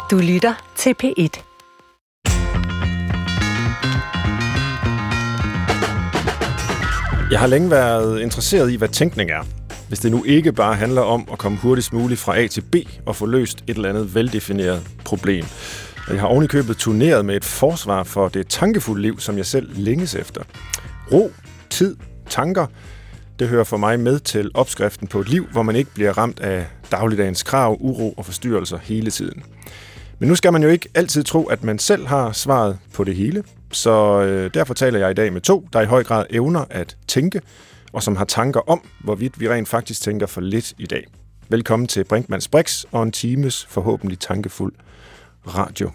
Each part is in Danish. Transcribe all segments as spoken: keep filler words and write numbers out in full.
Du lytter til P et. Jeg har længe været interesseret i, hvad tænkning er. Hvis det nu ikke bare handler om at komme hurtigst muligt fra A til B og få løst et eller andet veldefineret problem. Jeg har ovenikøbet turneret med et forsvar for det tankefulde liv, som jeg selv længes efter. Ro, tid, tanker, det hører for mig med til opskriften på et liv, hvor man ikke bliver ramt af dagligdagens krav, uro og forstyrrelser hele tiden. Men nu skal man jo ikke altid tro, at man selv har svaret på det hele. Så øh, derfor taler jeg i dag med to, der i høj grad evner at tænke, og som har tanker om, hvorvidt vi rent faktisk tænker for lidt i dag. Velkommen til Brinkmanns Brix og en times forhåbentlig tankefuld radio.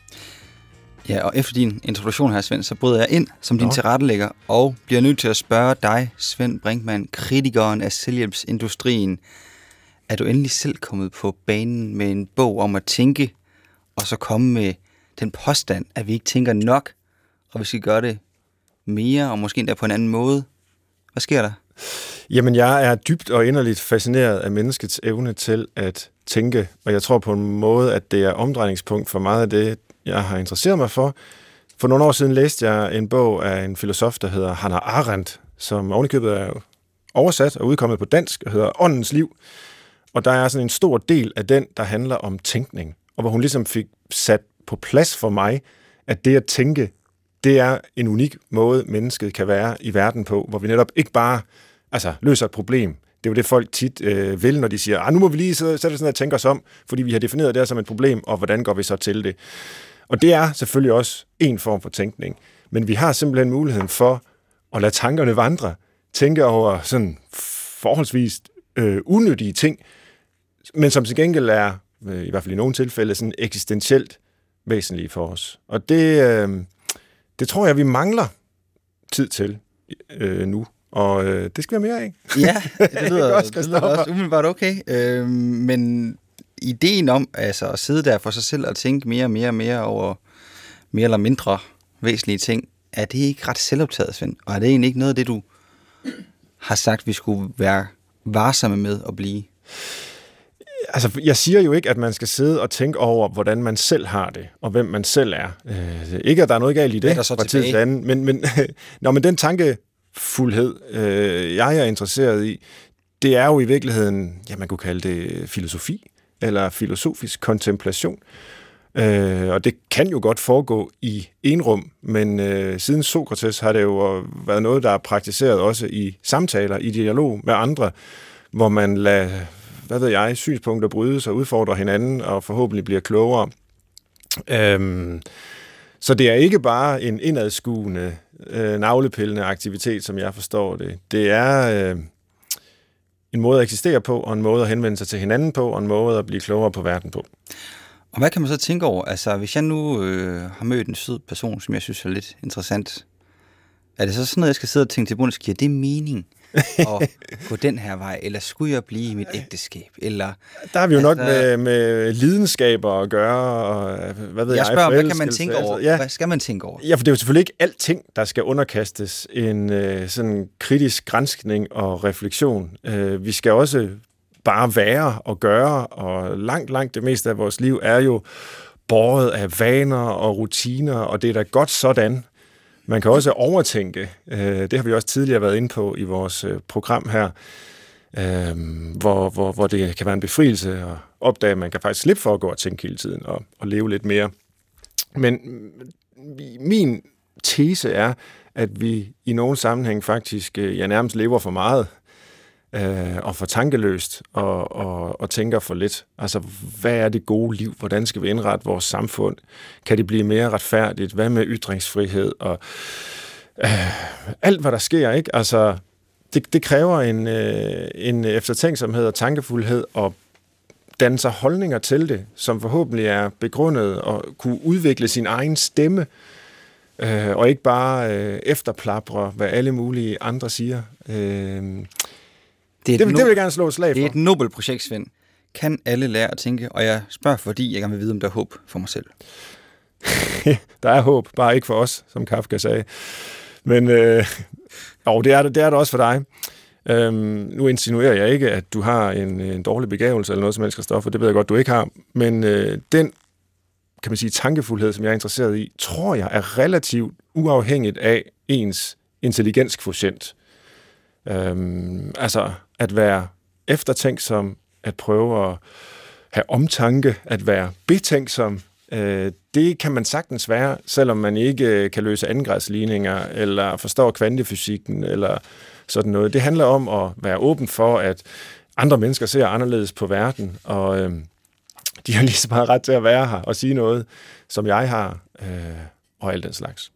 Ja, og efter din introduktion her, Svend, så bryder jeg ind som din tilrettelægger og bliver nødt til at spørge dig, Svend Brinkmann, kritikeren af selvhjælpsindustrien. Er du endelig selv kommet på banen med en bog om at tænke, og så komme med den påstand, at vi ikke tænker nok, og vi skal gøre det mere, og måske endda på en anden måde? Hvad sker der? Jamen, jeg er dybt og inderligt fascineret af menneskets evne til at tænke, og jeg tror på en måde, at det er omdrejningspunkt for meget af det, jeg har interesseret mig for. For nogle år siden læste jeg en bog af en filosof, der hedder Hannah Arendt, som ovenikøbet er oversat og udkommet på dansk, og hedder Åndens Liv. Og der er sådan en stor del af den, der handler om tænkning, og hvor hun ligesom fik sat på plads for mig, at det at tænke, det er en unik måde, mennesket kan være i verden på, hvor vi netop ikke bare altså, løser et problem. Det er jo det, folk tit øh, vil, når de siger, ah, nu må vi lige sætte sådan at tænke os om, fordi vi har defineret det her som et problem, og hvordan går vi så til det? Og det er selvfølgelig også en form for tænkning. Men vi har simpelthen muligheden for at lade tankerne vandre, tænke over sådan forholdsvis øh, unyttige ting, men som til gengæld er, øh, i hvert fald i nogle tilfælde, sådan eksistentielt væsentlige for os. Og det, øh, det tror jeg, vi mangler tid til øh, nu. Og øh, det skal være mere, ikke? Ja, det lyder, også, det lyder også umiddelbart okay. Øh, men ideen om altså, at sidde der for sig selv og tænke mere og mere og mere over mere eller mindre væsentlige ting, er det ikke ret selvoptaget, Svend? Og er det egentlig ikke noget af det, du har sagt, vi skulle være varsomme med at blive? Altså, jeg siger jo ikke, at man skal sidde og tænke over, hvordan man selv har det, og hvem man selv er. Øh, ikke, at der er noget galt i det, fra tid til anden, men, men, nå, men den tankefuldhed, øh, jeg er interesseret i, det er jo i virkeligheden, ja, man kunne kalde det filosofi, eller filosofisk kontemplation. Øh, og det kan jo godt foregå i enrum, men øh, siden Sokrates har det jo været noget, der er praktiseret også i samtaler, i dialog med andre, hvor man lader, hvad ved jeg, synspunkter brydes og udfordrer hinanden, og forhåbentlig bliver klogere. Øhm, så det er ikke bare en indadskuende, øh, navlepillende aktivitet, som jeg forstår det. Det er øh, en måde at eksistere på, og en måde at henvende sig til hinanden på, og en måde at blive klogere på verden på. Og hvad kan man så tænke over? Altså, hvis jeg nu øh, har mødt en sød person, som jeg synes er lidt interessant, er det så sådan noget, jeg skal sidde og tænke til bunds, giver det mening at gå den her vej, eller skulle jeg blive i mit ægteskab? Eller, der har vi jo altså, nok med, med lidenskaber at gøre, og hvad ved jeg? Jeg spørger, hvad kan man tænke over? Ja. Hvad skal man tænke over? Ja, for det er jo selvfølgelig ikke alting, der skal underkastes en øh, sådan kritisk granskning og refleksion. Øh, vi skal også bare være og gøre, og langt, langt det meste af vores liv er jo båret af vaner og rutiner, og det er da godt sådan. Man kan også overtænke, øh, det har vi også tidligere været inde på i vores øh, program her, øh, hvor, hvor, hvor det kan være en befrielse at opdage, at man kan faktisk slippe for at gå og tænke hele tiden og, og leve lidt mere. Men min tese er, at vi i nogle sammenhæng faktisk øh, ja, nærmest lever for meget, Øh, og for tankeløst og, og, og tænker for lidt. Altså, hvad er det gode liv? Hvordan skal vi indrette vores samfund? Kan det blive mere retfærdigt? Hvad med ytringsfrihed? Og øh, alt, hvad der sker, ikke? Altså, det, det kræver en, øh, en eftertænksomhed og tankefuldhed og danne sig holdninger til det, som forhåbentlig er begrundet og kunne udvikle sin egen stemme, øh, og ikke bare øh, efterplapre, hvad alle mulige andre siger. Øh, Det, det, no- det vil jeg gerne slå et slag for. Det er et nobelt projekt, Svend. Kan alle lære at tænke? Og jeg spørger, fordi jeg gerne vil vide, om der er håb for mig selv. Der er håb, bare ikke for os, som Kafka sagde. Men øh, jo, det er det, det er det også for dig. Øhm, nu insinuerer jeg ikke, at du har en, en dårlig begævelse eller noget som helst, Christoffer. Det ved jeg godt, du ikke har. Men øh, den kan man sige, tankefuldhed, som jeg er interesseret i, tror jeg er relativt uafhængigt af ens intelligenskvotient. Øhm, altså at være eftertænksom, at prøve at have omtanke, at være betænksom, øh, det kan man sagtens være, selvom man ikke kan løse andengradsligninger, eller forstår kvantefysikken, eller sådan noget. Det handler om at være åben for, at andre mennesker ser anderledes på verden, og øh, de har lige så meget ret til at være her og sige noget, som jeg har, øh, og alt den slags.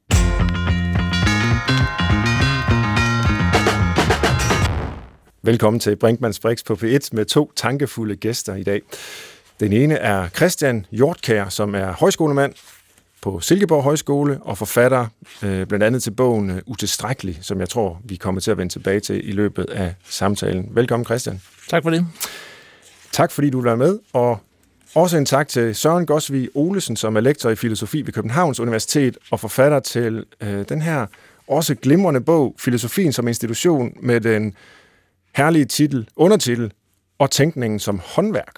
Velkommen til Brinkmanns Brix på P et med to tankefulde gæster i dag. Den ene er Christian Hjortkjær, som er højskolemand på Silkeborg Højskole og forfatter øh, blandt andet til bogen øh, Utilstrækkelig, som jeg tror, vi kommer til at vende tilbage til i løbet af samtalen. Velkommen, Christian. Tak for det. Tak fordi du vil være med, og også en tak til Søren Gosvig Olesen, som er lektor i filosofi ved Københavns Universitet og forfatter til øh, den her også glimrende bog, Filosofien som institution, med den herlige titel, undertitel, og tænkningen som håndværk.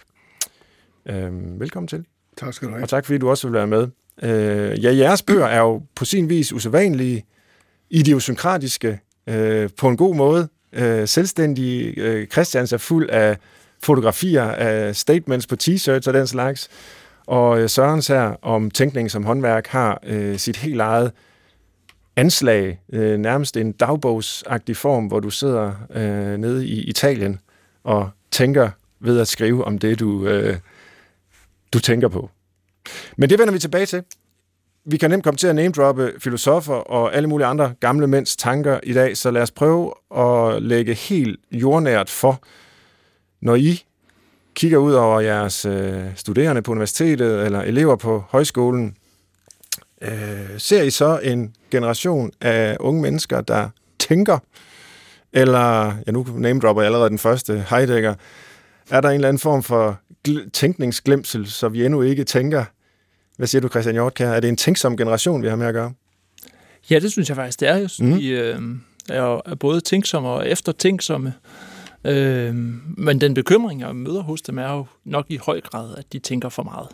Øh, velkommen til. Tak skal du have. Og tak fordi du også vil være med. Øh, ja, jeres bøger er jo på sin vis usædvanlige, idiosynkratiske, øh, på en god måde, øh, selvstændige. Øh, Christians er fuld af fotografier, af statements på t-shirts og den slags. Og øh, Sørens her om tænkningen som håndværk har øh, sit helt eget anslag, øh, nærmest en dagbogsagtig form, hvor du sidder øh, nede i Italien og tænker ved at skrive om det, du, øh, du tænker på. Men det vender vi tilbage til. Vi kan nemt komme til at name-droppe filosofer og alle mulige andre gamle mænds tanker i dag, så lad os prøve at lægge helt jordnært for, når I kigger ud over jeres øh, studerende på universitetet eller elever på højskolen, øh, ser I så en generation af unge mennesker, der tænker, eller, ja nu name-dropper jeg allerede den første, Heidegger, er der en eller anden form for gl- tænkningsglemsel, så vi endnu ikke tænker? Hvad siger du, Christian Hjortkjær? Er det en tænksom generation, vi har med at gøre? Ja, det synes jeg faktisk, det er jo. Mm. De øh, er både tænksomme og eftertænksomme. Øh, men den bekymring, jeg møder hos dem, er jo nok i høj grad, at de tænker for meget.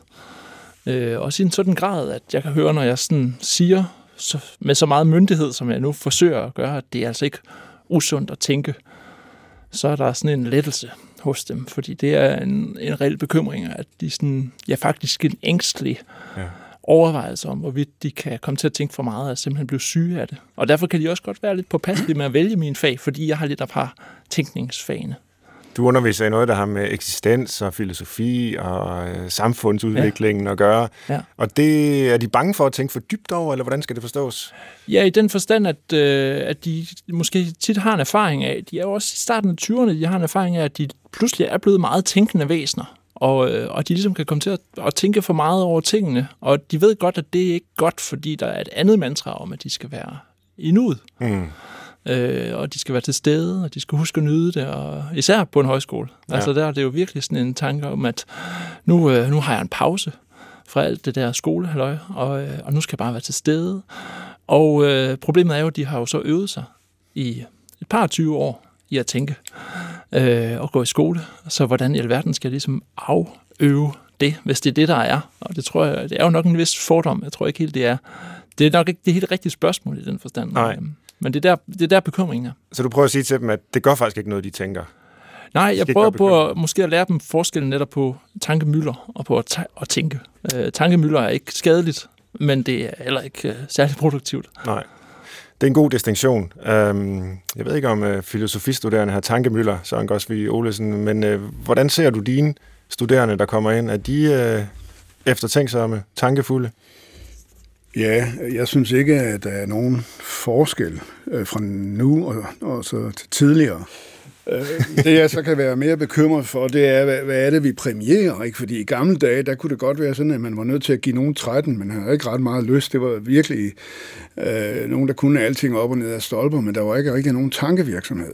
Øh, også i en sådan grad, at jeg kan høre, når jeg sådan siger så, med så meget myndighed, som jeg nu forsøger at gøre, at det er altså ikke usundt at tænke, så er der sådan en lettelse hos dem, fordi det er en, en reel bekymring, at de sådan, ja, faktisk en ængstelig ja. overvejelse om, hvorvidt de kan komme til at tænke for meget, og simpelthen blive syge af det. Og derfor kan de også godt være lidt påpasselige med at vælge min fag, fordi jeg har lidt af par tænkningsfagene. Du underviser i noget, der har med eksistens og filosofi og øh, samfundsudviklingen ja. at gøre. Ja. Og det er de bange for at tænke for dybt over, eller hvordan skal det forstås? Ja, i den forstand, at, øh, at de måske tit har en erfaring af, de er jo også i starten af tyverne, de har en erfaring af, at de pludselig er blevet meget tænkende væsener. Og, øh, og de ligesom kan komme til at, at tænke for meget over tingene. Og de ved godt, at det er ikke godt, fordi der er et andet mantra om, at de skal være i nuet. Mm. Øh, og de skal være til stede, og de skal huske at nyde det, og især på en højskole. Ja. Altså der er det jo virkelig sådan en tanke om, at nu, øh, nu har jeg en pause fra alt det der skolehalløj, og, øh, og nu skal jeg bare være til stede. Og øh, problemet er jo, at de har jo så øvet sig i et par tyve år i at tænke øh, og gå i skole. Så hvordan i alverden skal jeg ligesom aføve det, hvis det er det, der er? Og det tror jeg, det er jo nok en vis fordom. Jeg tror ikke helt, det er. Det er nok ikke det helt rigtige spørgsmål i den forstand. Nej. Men det er, der, det er der bekymringen er. Så du prøver at sige til dem, at det gør faktisk ikke noget, de tænker? Nej, jeg prøver på at, måske at lære dem forskellen netop på tankemøller og på at, ta- at tænke. Uh, tankemøller er ikke skadeligt, men det er heller ikke uh, særlig produktivt. Nej, det er en god distinktion. Um, jeg ved ikke, om uh, filosofistuderende har tankemøller, Søren Gosvig Olesen, men uh, hvordan ser du dine studerende, der kommer ind? Er de uh, eftertænksomme, tankefulde? Ja, jeg synes ikke, at der er nogen forskel øh, fra nu og, og så til tidligere. Øh, det jeg så kan være mere bekymret for, det er, hvad, hvad er det, vi præmierer? Ikke? Fordi i gamle dage, der kunne det godt være sådan, at man var nødt til at give nogen tretten, men han havde ikke ret meget lyst. Det var virkelig øh, nogen, der kunne alting op og ned af stolper, men der var ikke rigtig nogen tankevirksomhed.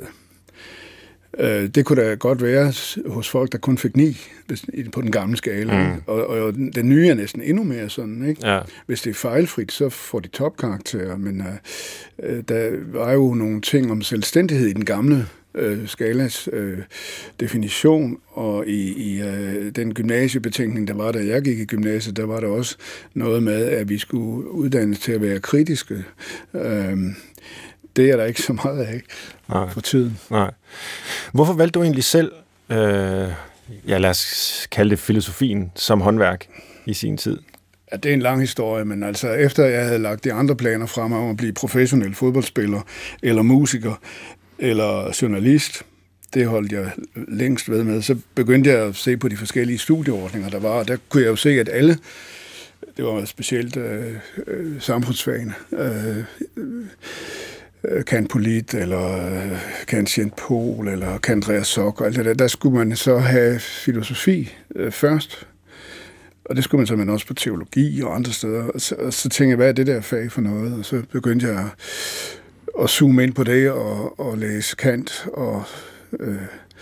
Det kunne da godt være hos folk, der kun fik ni på den gamle skala. Mm. Og, og den nye er næsten endnu mere sådan. Ikke? Ja. Hvis det er fejlfrit, så får de topkarakterer. Men uh, der var jo nogle ting om selvstændighed i den gamle øh, skalas øh, definition, og i, i øh, den gymnasiebetænkning, der var, da jeg gik i gymnasiet, der var der også noget med, at vi skulle uddannes til at være kritiske. Øh, det er der ikke så meget af Nej. for tiden. Nej. Hvorfor valgte du egentlig selv, øh, ja, lad os kalde det filosofien, som håndværk i sin tid? Ja, det er en lang historie, men altså efter jeg havde lagt de andre planer frem om at blive professionel fodboldspiller, eller musiker, eller journalist, det holdt jeg længst ved med, så begyndte jeg at se på de forskellige studieordninger, der var, og der kunne jeg jo se, at alle, det var specielt øh, øh, samfundsfagene, øh, øh, Kant Polit, eller øh, Kant Gent Pol, eller Kant Andreas Sok, og alt det der, der skulle man så have filosofi øh, først. Og det skulle man så men også på teologi og andre steder. Og så, og så tænkte jeg, hvad er det der fag for noget? Og så begyndte jeg at zoome ind på det og, og læse Kant og øh,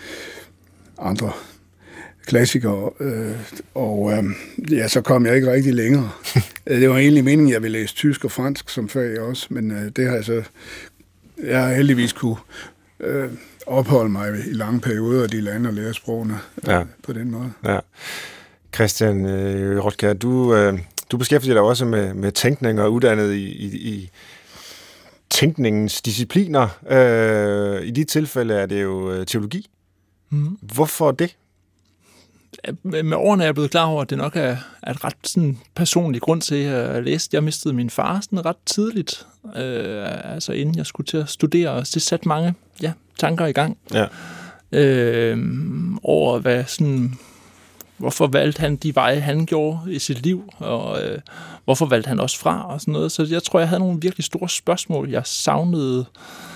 andre klassikere. Øh, og øh, ja, så kom jeg ikke rigtig længere. Det var egentlig meningen, at jeg ville læse tysk og fransk som fag også, men øh, det har jeg så... Jeg har heldigvis kunne øh, opholde mig i lange perioder af de lande og lære sprogene øh, ja. på den måde. Ja. Christian øh, Rotkjær, du, øh, du beskæftiger dig også med, med tænkning og uddannet i, i, i tænkningens discipliner. Øh, I de tilfælde er det jo teologi. Mm. Hvorfor det? Med årene er jeg blevet klar over, at det nok er, er et ret sådan, personlig grund til at læse. Jeg mistede min far sådan, ret tidligt, øh, altså inden jeg skulle til at studere, og det satte mange ja, tanker i gang ja. øh, over, hvad sådan... Hvorfor valgte han de veje, han gjorde i sit liv, og øh, hvorfor valgte han også fra, og sådan noget. Så jeg tror, jeg havde nogle virkelig store spørgsmål, jeg savnede,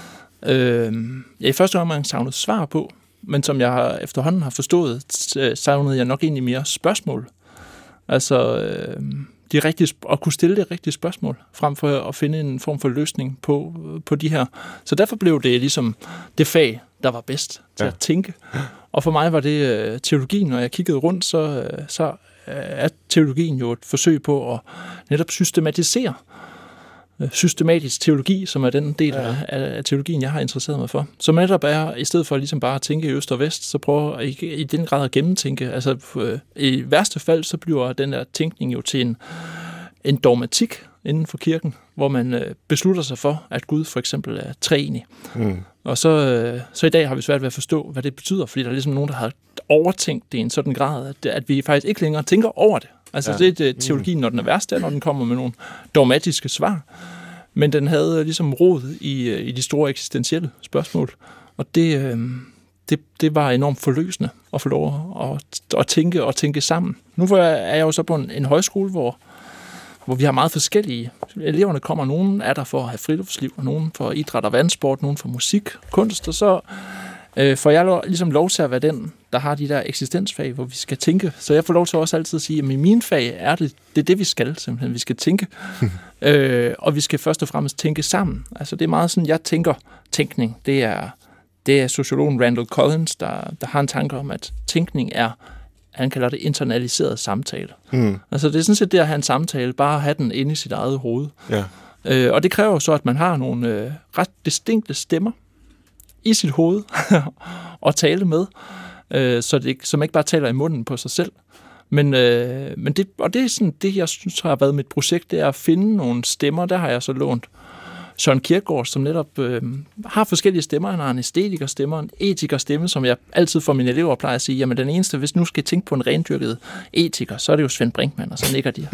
øh, jeg i første omgang savnede svar på, men som jeg efterhånden har forstået, savnede jeg nok egentlig mere spørgsmål. Altså, øh, de rigtige, at kunne stille det rigtige spørgsmål, frem for at finde en form for løsning på, på de her. Så derfor blev det ligesom det fag, der var bedst til ja. at tænke. Og for mig var det øh, teologien, når jeg kiggede rundt, så, øh, så øh, er teologien jo et forsøg på at netop systematisere øh, systematisk teologi, som er den del ja. af, af teologien, jeg har interesseret mig for. Så netop er, i stedet for ligesom bare at tænke i øst og vest, så prøver jeg i, i den grad at gennemtænke. Altså øh, i værste fald, så bliver den der tænkning jo til en, en dogmatik inden for kirken, hvor man øh, beslutter sig for, at Gud for eksempel er treenig. Mm. Og så, øh, så i dag har vi svært ved at forstå, hvad det betyder, fordi der er ligesom nogen, der har overtænkt det i en sådan grad, at, at vi faktisk ikke længere tænker over det. Altså ja. det er det, teologien, når den er værst, er, når den kommer med nogle dogmatiske svar. Men den havde ligesom rod i, i de store eksistentielle spørgsmål. Og det, øh, det, det var enormt forløsende at få lov at, at tænke og tænke sammen. Nu er jeg jo så på en, en højskole, hvor hvor vi har meget forskellige. Eleverne kommer, nogen er der for at have friluftsliv, og nogen for idræt og vandsport, nogen for musik, kunst, og så øh, får jeg lov, ligesom lov til at være den, der har de der eksistensfag, hvor vi skal tænke. Så jeg får lov til også altid at sige, at i mine fag er det, det er det, vi skal simpelthen. Vi skal tænke, øh, og vi skal først og fremmest tænke sammen. Altså det er meget sådan, jeg tænker tænkning. Det er, det er sociologen Randall Collins, der, der har en tanke om, at tænkning er han kalder det internaliseret samtale. Mm. Altså det er sådan set det at have en samtale, bare have den inde i sit eget hoved. Ja. Øh, og det kræver jo så, at man har nogle øh, ret distinkte stemmer i sit hoved at tale med, øh, så det som ikke bare taler i munden på sig selv. Men, øh, men det, og det er sådan det, jeg synes har været mit projekt, det er at finde nogle stemmer. Der har jeg så lånt Søren Kierkegaard, som netop øh, har forskellige stemmer. Han har en æstetikerstemme, en etikerstemme, som jeg altid for mine elever plejer at sige, jamen den eneste, hvis nu skal tænke på en rendyrket etiker, så er det jo Svend Brinkmann, og så nikker de.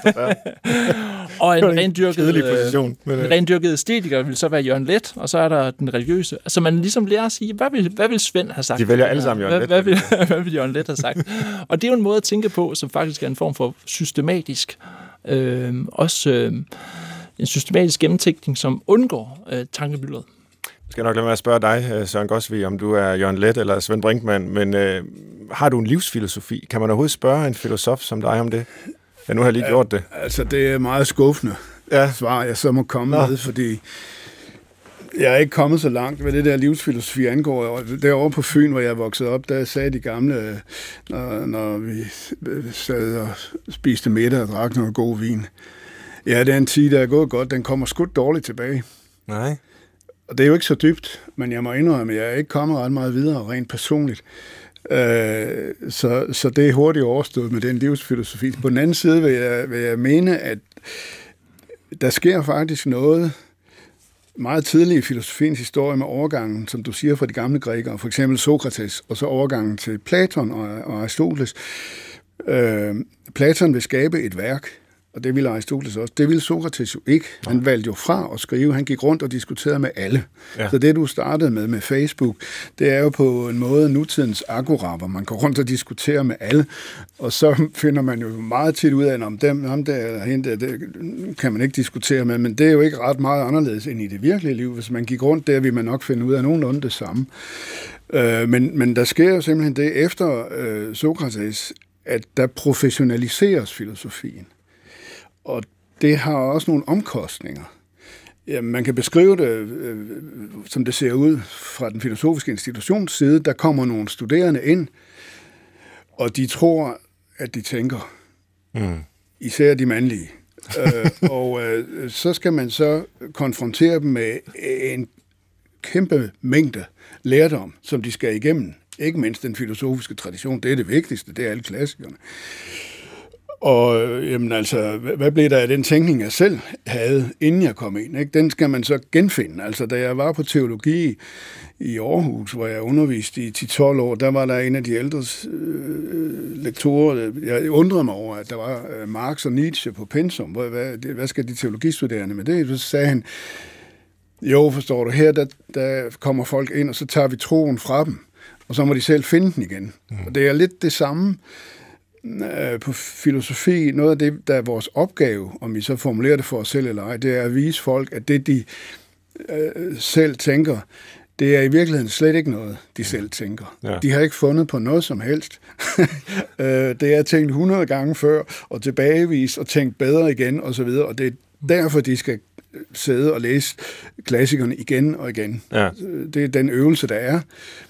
Og en rendyrket, position, men, øh. en rendyrket æstetiker vil så være Jørgen Leth, og så er der den religiøse. Altså man ligesom lærer at sige, hvad vil, hvad vil Svend have sagt? De vælger alle sammen Jørgen Leth. Hvad, hvad, vil, hvad vil Jørgen Leth have sagt? Og det er jo en måde at tænke på, som faktisk er en form for systematisk, øh, også... Øh, en systematisk gennemtænkning, som undgår øh, tankebyldet. Jeg skal nok lade mig at spørge dig, Søren Gosvig, om du er Jørgen Leth eller Svend Brinkmann, men øh, har du en livsfilosofi? Kan man overhovedet spørge en filosof som dig om det? Ja, nu har jeg lige gjort det. Altså, det er meget skuffende ja. svar, jeg så må komme Nå. med, fordi jeg er ikke kommet så langt, hvad det der livsfilosofi angår. Derovre på Fyn, hvor jeg voksede op, der sagde de gamle, når, når vi sad og spiste middag og drak noget god vin, ja, den tid, der er gået godt, den kommer skudt dårligt tilbage. Nej. og det er jo ikke så dybt, men jeg må indrømme, at jeg er ikke kommet ret meget videre rent personligt. Øh, så, så det er hurtigt overstået med den livsfilosofi. På den anden side vil jeg, vil jeg mene, at der sker faktisk noget meget tidligt i filosofiens historie med overgangen, som du siger, fra de gamle grækere, for eksempel Sokrates, og så overgangen til Platon og, og Aristoteles. Øh, Platon vil skabe et værk, og det ville Aristoteles også. Det ville Sokrates jo ikke. Han valgte jo fra at skrive. Han gik rundt og diskuterede med alle. Ja. Så det, du startede med med Facebook, det er jo på en måde nutidens agora, hvor man går rundt og diskuterer med alle. Og så finder man jo meget tit ud af, om dem, ham der eller hende der, det kan man ikke diskutere med. Men det er jo ikke ret meget anderledes end i det virkelige liv. Hvis man gik rundt der, vil man nok finde ud af nogenlunde det samme. Øh, men, men der sker jo simpelthen det efter øh, Sokrates, at der professionaliseres filosofien. Og det har også nogle omkostninger. Ja, man kan beskrive det, øh, som det ser ud fra den filosofiske institutions side. Der kommer nogle studerende ind, og de tror, at de tænker. Mm. Især de mandlige. øh, og øh, så skal man så konfrontere dem med en kæmpe mængde lærdom, som de skal igennem. Ikke mindst den filosofiske tradition. Det er det vigtigste. Det er alle klassikerne. Og jamen altså, hvad blev der af den tænkning, jeg selv havde, inden jeg kom ind? Ikke? Den skal man så genfinde. Altså, da jeg var på teologi i Aarhus, hvor jeg underviste i ti til tolv år, der var der en af de ældre øh, lektorer. Jeg undrede mig over, at der var øh, Marx og Nietzsche på pensum. Hvad, hvad, hvad skal de teologistuderende med det? Så sagde han, jo, forstår du, her der, der kommer folk ind, og så tager vi troen fra dem, og så må de selv finde den igen. Mm. Og det er lidt det samme på filosofi. Noget af det, der er vores opgave, om vi så formulerer det for os selv eller ej, det er at vise folk, at det, de øh, selv tænker, det er i virkeligheden slet ikke noget, de selv tænker. Ja. De har ikke fundet på noget som helst. Det er tænkt hundrede gange før, og tilbagevist, og tænkt bedre igen, og så videre. Og det er derfor, de skal sidde og læse klassikerne igen og igen. Ja. Det er den øvelse, der er.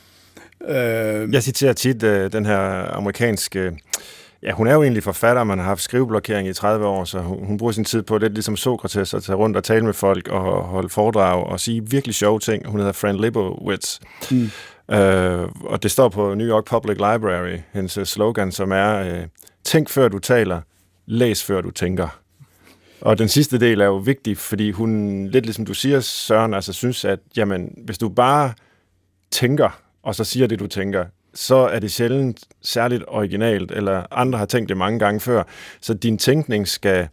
Jeg citerer tit uh, den her amerikanske... Ja, hun er jo egentlig forfatter, man har haft skriveblokering i tredive år, så hun, hun bruger sin tid på det, ligesom Sokrates, at tage rundt og tale med folk og holde foredrag og sige virkelig sjove ting. Hun hedder Fran Lebowitz. Mm. Uh, og det står på New York Public Library, hendes slogan, som er, uh, tænk før du taler, læs før du tænker. Og den sidste del er jo vigtig, fordi hun, lidt ligesom du siger, Søren, altså synes, at jamen, hvis du bare tænker, og så siger det, du tænker, så er det sjældent særligt originalt, eller andre har tænkt det mange gange før. Så din tænkning skal,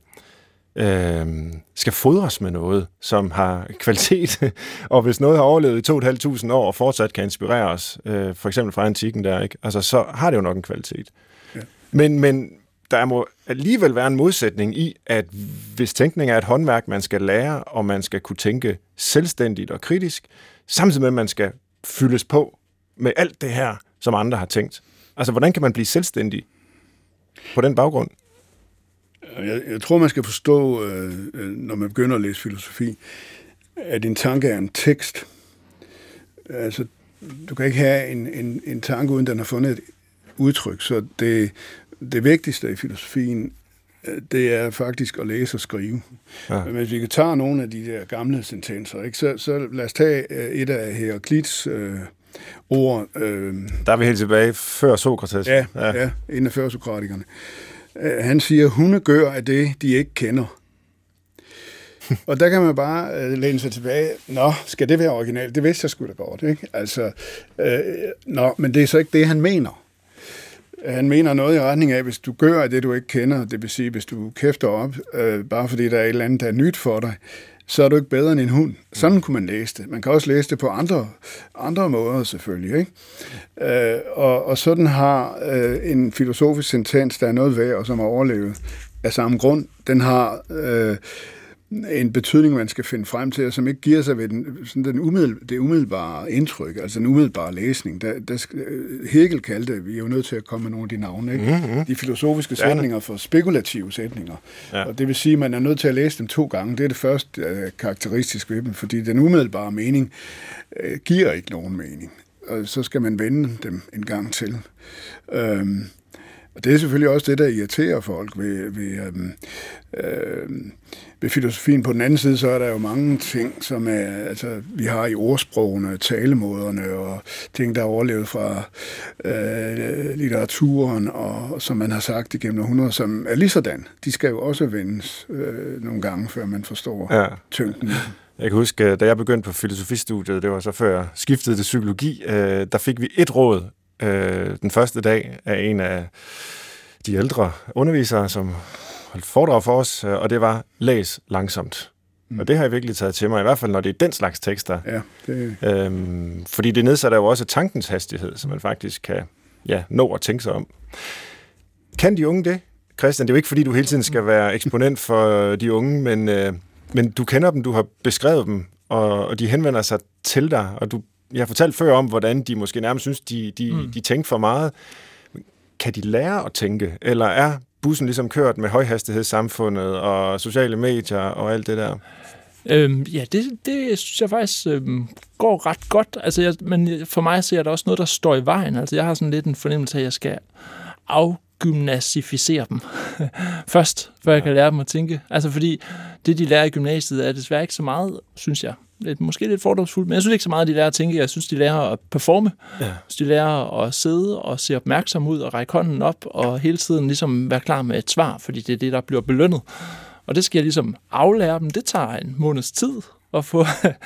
øh, skal fodres med noget, som har kvalitet. Og hvis noget har overlevet i to og et halvt tusind år, og fortsat kan inspirere os, øh, for eksempel fra antikken der, ikke? Altså, så har det jo nok en kvalitet. Ja. Men, men der må alligevel være en modsætning i, at hvis tænkning er et håndværk, man skal lære, og man skal kunne tænke selvstændigt og kritisk, samtidig med, at man skal fyldes på med alt det her, som andre har tænkt. Altså, hvordan kan man blive selvstændig på den baggrund? Jeg, jeg tror, man skal forstå, øh, når man begynder at læse filosofi, at en tanke er en tekst. Altså, du kan ikke have en, en, en tanke, uden den har fundet et udtryk. Så det, det vigtigste i filosofien, det er faktisk at læse og skrive. Ja. Men hvis vi kan tage nogle af de der gamle sentenser, ikke, så, så lad os tage et af Heraklits øh, ord. Øh, der er vi helt tilbage før Sokrates. Ja, ja. ja en af før sokratikerne. Uh, han siger, hunde gør af det, de ikke kender. Og der kan man bare uh, læne sig tilbage. Nå, skal det være originalt? Det vidste jeg sgu da godt, ikke? Altså, uh, nå, men det er så ikke det, han mener. Han mener noget i retning af, hvis du gør af det, du ikke kender, det vil sige, hvis du kæfter op, uh, bare fordi der er et eller andet, der er nyt for dig, så er du ikke bedre end en hund. Sådan kunne man læse det. Man kan også læse det på andre, andre måder selvfølgelig. Ikke? Øh, og, og sådan har øh, en filosofisk sentens, der er noget værd, og som har overlevet af samme grund, den har øh, en betydning, man skal finde frem til, og som ikke giver sig ved den, sådan den umiddel, det umiddelbare indtryk, altså den umiddelbare læsning. Der, der, Hegel kaldte det, vi er jo nødt til at komme med nogle af de navne, ikke? Mm-hmm. De filosofiske sætninger for spekulative sætninger. Ja. Og det vil sige, at man er nødt til at læse dem to gange. Det er det første uh, karakteristisk ved dem, fordi den umiddelbare mening uh, giver ikke nogen mening. Og så skal man vende dem en gang til. Um, Og det er selvfølgelig også det, der irriterer folk ved, ved, øh, øh, ved filosofien. På den anden side, så er der jo mange ting, som er, altså, vi har i ordsprogene, talemåderne og ting, der er overlevet fra øh, litteraturen, og som man har sagt igennem århundreder, som er lige sådan. De skal jo også vendes øh, nogle gange, før man forstår ja. tyngden. Jeg kan huske, da jeg begyndte på filosofistudiet, det var så før jeg skiftede til psykologi, øh, der fik vi et råd øh, den første dag af en af de ældre undervisere, som holdt foredrag for os, og det var, læs langsomt. Mm. Og det har jeg virkelig taget til mig, i hvert fald når det er den slags tekster. Ja, det... øhm, fordi det nedsætter jo også tankens hastighed, så man faktisk kan ja, nå at tænke sig om. Kan de unge det, Christian? Det er jo ikke, fordi du hele tiden skal være eksponent for de unge, men, øh, men du kender dem, du har beskrevet dem, og, og de henvender sig til dig, og du, jeg har fortalt før om, hvordan de måske nærmest synes, de, de, mm. de tænker for meget. Kan de lære at tænke, eller er bussen ligesom kørt med højhastighedssamfundet og sociale medier og alt det der? Øhm, ja, det, det synes jeg faktisk øhm, går ret godt. Altså, jeg, men for mig ser der også noget, der står i vejen. Altså, jeg har sådan lidt en fornemmelse af, at jeg skal afgymnasificere dem først, før jeg kan lære dem at tænke. Altså, fordi det, de lærer i gymnasiet, er desværre ikke så meget, synes jeg. Lidt, måske lidt fordomsfuldt, men jeg synes ikke så meget, de lærer at tænke. Jeg synes, de lærer at performe. Ja. De lærer at sidde og se opmærksom ud og række hånden op og hele tiden ligesom være klar med et svar, fordi det er det, der bliver belønnet. Og det skal jeg ligesom aflære dem. Det tager en måneds tid at få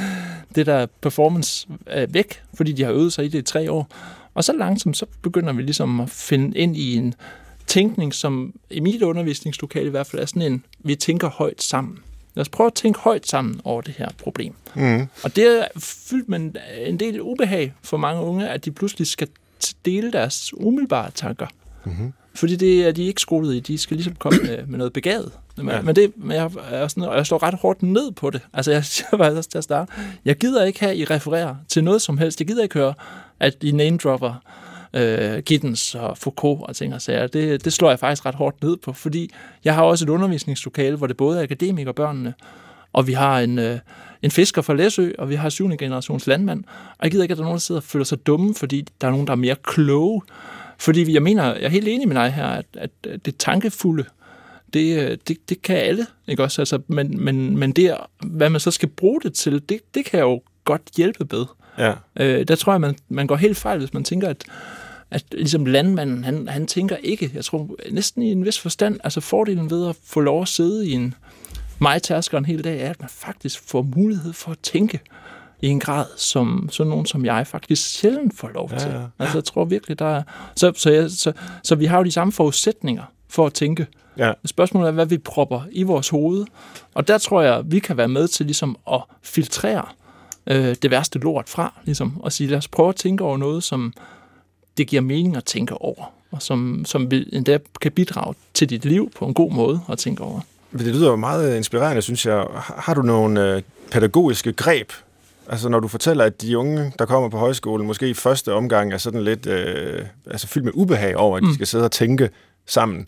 det der performance væk, fordi de har øvet sig i det i tre år. Og så langsomt, så begynder vi ligesom at finde ind i en tænkning, som i mit undervisningslokale i hvert fald er sådan en, vi tænker højt sammen. Lad os prøve at tænke højt sammen over det her problem. Mm. Og det er fyldt med en del ubehag for mange unge, at de pludselig skal dele deres umiddelbare tanker. Mm-hmm. Fordi det er de ikke skolet i. De skal ligesom komme med, med noget begavet. Men, ja. men det, men jeg, er sådan, og jeg står ret hårdt ned på det. Altså, jeg siger bare til at starte. Jeg gider ikke have, at I refererer til noget som helst. Jeg gider ikke høre, at I name-dropper øh, Giddens og Foucault og ting og sager. Det, det slår jeg faktisk ret hårdt ned på, fordi jeg har også et undervisningslokale, hvor det både er akademikerbørnene, og vi har en, øh, en fisker fra Læsø, og vi har syvende generations landmand. Og jeg gider ikke, at der er nogen, der sidder og føler sig dumme, fordi der er nogen, der er mere kloge. Fordi jeg mener, jeg er helt enig med dig her, at, at det tankefulde, det, det, det kan alle, ikke også? Altså, men, men, men det, hvad man så skal bruge det til, det, det kan jo godt hjælpe bedre. Ja. Øh, der tror jeg, man, man går helt fejl, hvis man tænker, at, at ligesom landmanden, han, han tænker ikke, jeg tror næsten i en vis forstand, altså fordelen ved at få lov at sidde i en majtærsker en hel dag, er, at man faktisk får mulighed for at tænke i en grad, som sådan nogen som jeg faktisk sjældent får lov til. Ja, ja. Altså jeg tror virkelig, der er... Så, så, jeg, så, så vi har jo de samme forudsætninger for at tænke. Ja. Spørgsmålet er, hvad vi propper i vores hoved. Og der tror jeg, vi kan være med til ligesom at filtrere øh, det værste lort fra, ligesom, og sige, lad os prøve at tænke over noget, som det giver mening at tænke over, og som, som endda kan bidrage til dit liv på en god måde at tænke over. Det lyder jo meget inspirerende, synes jeg. Har du nogle øh, pædagogiske greb? Altså når du fortæller, at de unge, der kommer på højskolen, måske i første omgang er sådan lidt øh, altså fyldt med ubehag over, at de skal sidde og tænke sammen,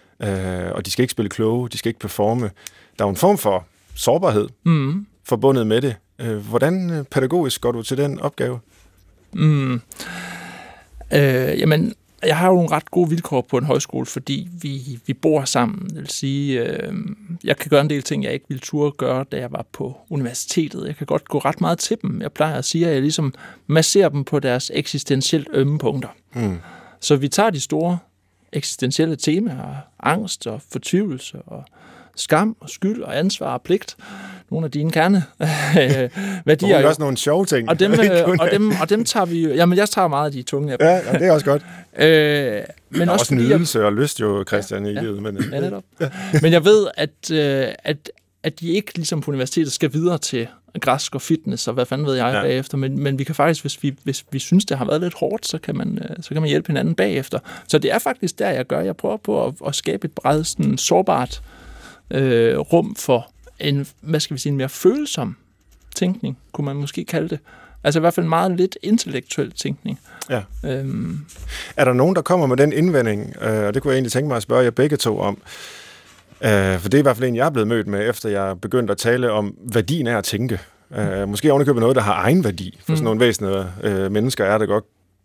øh, og de skal ikke spille kloge, de skal ikke performe. Der er jo en form for sårbarhed mm. forbundet med det. Hvordan pædagogisk går du til den opgave? Mm. Øh, jamen, jeg har jo nogle ret gode vilkår på en højskole, fordi vi, vi bor sammen. Det vil sige, øh, jeg kan gøre en del ting, jeg ikke ville turde gøre, da jeg var på universitetet. Jeg kan godt gå ret meget til dem. Jeg plejer at sige, at jeg ligesom masserer dem på deres eksistentielt ømme punkter. Mm. Så vi tager de store eksistentielle temaer, angst og fortvivlelse og skam og skyld og ansvar og pligt. Nogle af dine kerne værdier. Og også nogle sjove ting. Og dem, og dem, og dem tager vi jo... Jamen, jeg tager meget af de tunge af dem. Ja, det er også godt. Øh, men der er også, også nydelse og lyst jo, Christian, ja, i livet. Men, ja, netop. Men jeg ved, at, at, at de ikke ligesom på universitetet skal videre til græsk og fitness, og hvad fanden ved jeg ja. bagefter, men, men vi kan faktisk, hvis vi, hvis vi synes, det har været lidt hårdt, så kan, man, så kan man hjælpe hinanden bagefter. Så det er faktisk der, jeg gør. Jeg prøver på at, at skabe et bredt, sådan sårbart øh, rum for en, hvad skal vi sige, en mere følsom tænkning, kunne man måske kalde det. Altså i hvert fald meget lidt intellektuel tænkning. Ja. Øhm. Er der nogen, der kommer med den indvending, øh, og det kunne jeg egentlig tænke mig at spørge jer begge to om, øh, for det er i hvert fald en, jeg er blevet mødt med, efter jeg begyndte at tale om værdien af at tænke. Øh, måske ovenikøbet noget, der har egen værdi, for mm. sådan nogle væsentlige øh, mennesker er det godt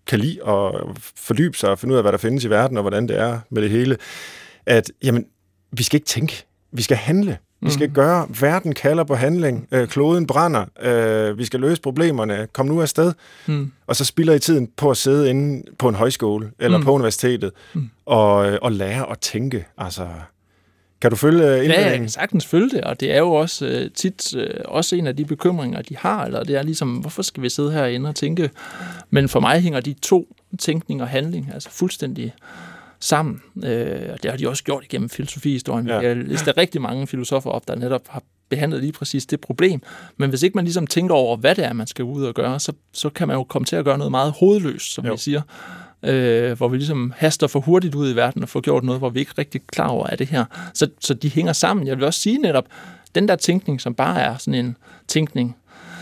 kan lide at fordybe sig og finde ud af, hvad der findes i verden, og hvordan det er med det hele, at jamen, vi skal ikke tænke, vi skal handle. Vi skal gøre, verden kalder på handling, øh, kloden brænder, øh, vi skal løse problemerne, kom nu afsted. Mm. Og så spilder I tiden på at sidde inde på en højskole, eller mm. på universitetet, mm. og, og lære at tænke. Altså, kan du følge indlægningen? Ja, jeg kan sagtens følge det, og det er jo også øh, tit øh, også en af de bekymringer, de har, eller det er ligesom, hvorfor skal vi sidde herinde og tænke? Men for mig hænger de to, tænkning og handling, altså fuldstændig sammen. Øh, og det har de også gjort igennem filosofihistorien. Ja. Jeg læste rigtig mange filosofer op, der netop har behandlet lige præcis det problem. Men hvis ikke man ligesom tænker over, hvad det er, man skal ud og gøre, så, så kan man jo komme til at gøre noget meget hovedløst, som jo. vi siger. Øh, hvor vi ligesom haster for hurtigt ud i verden og får gjort noget, hvor vi ikke rigtig klar over er det her. Så, så de hænger sammen. Jeg vil også sige netop, den der tænkning, som bare er sådan en tænkning,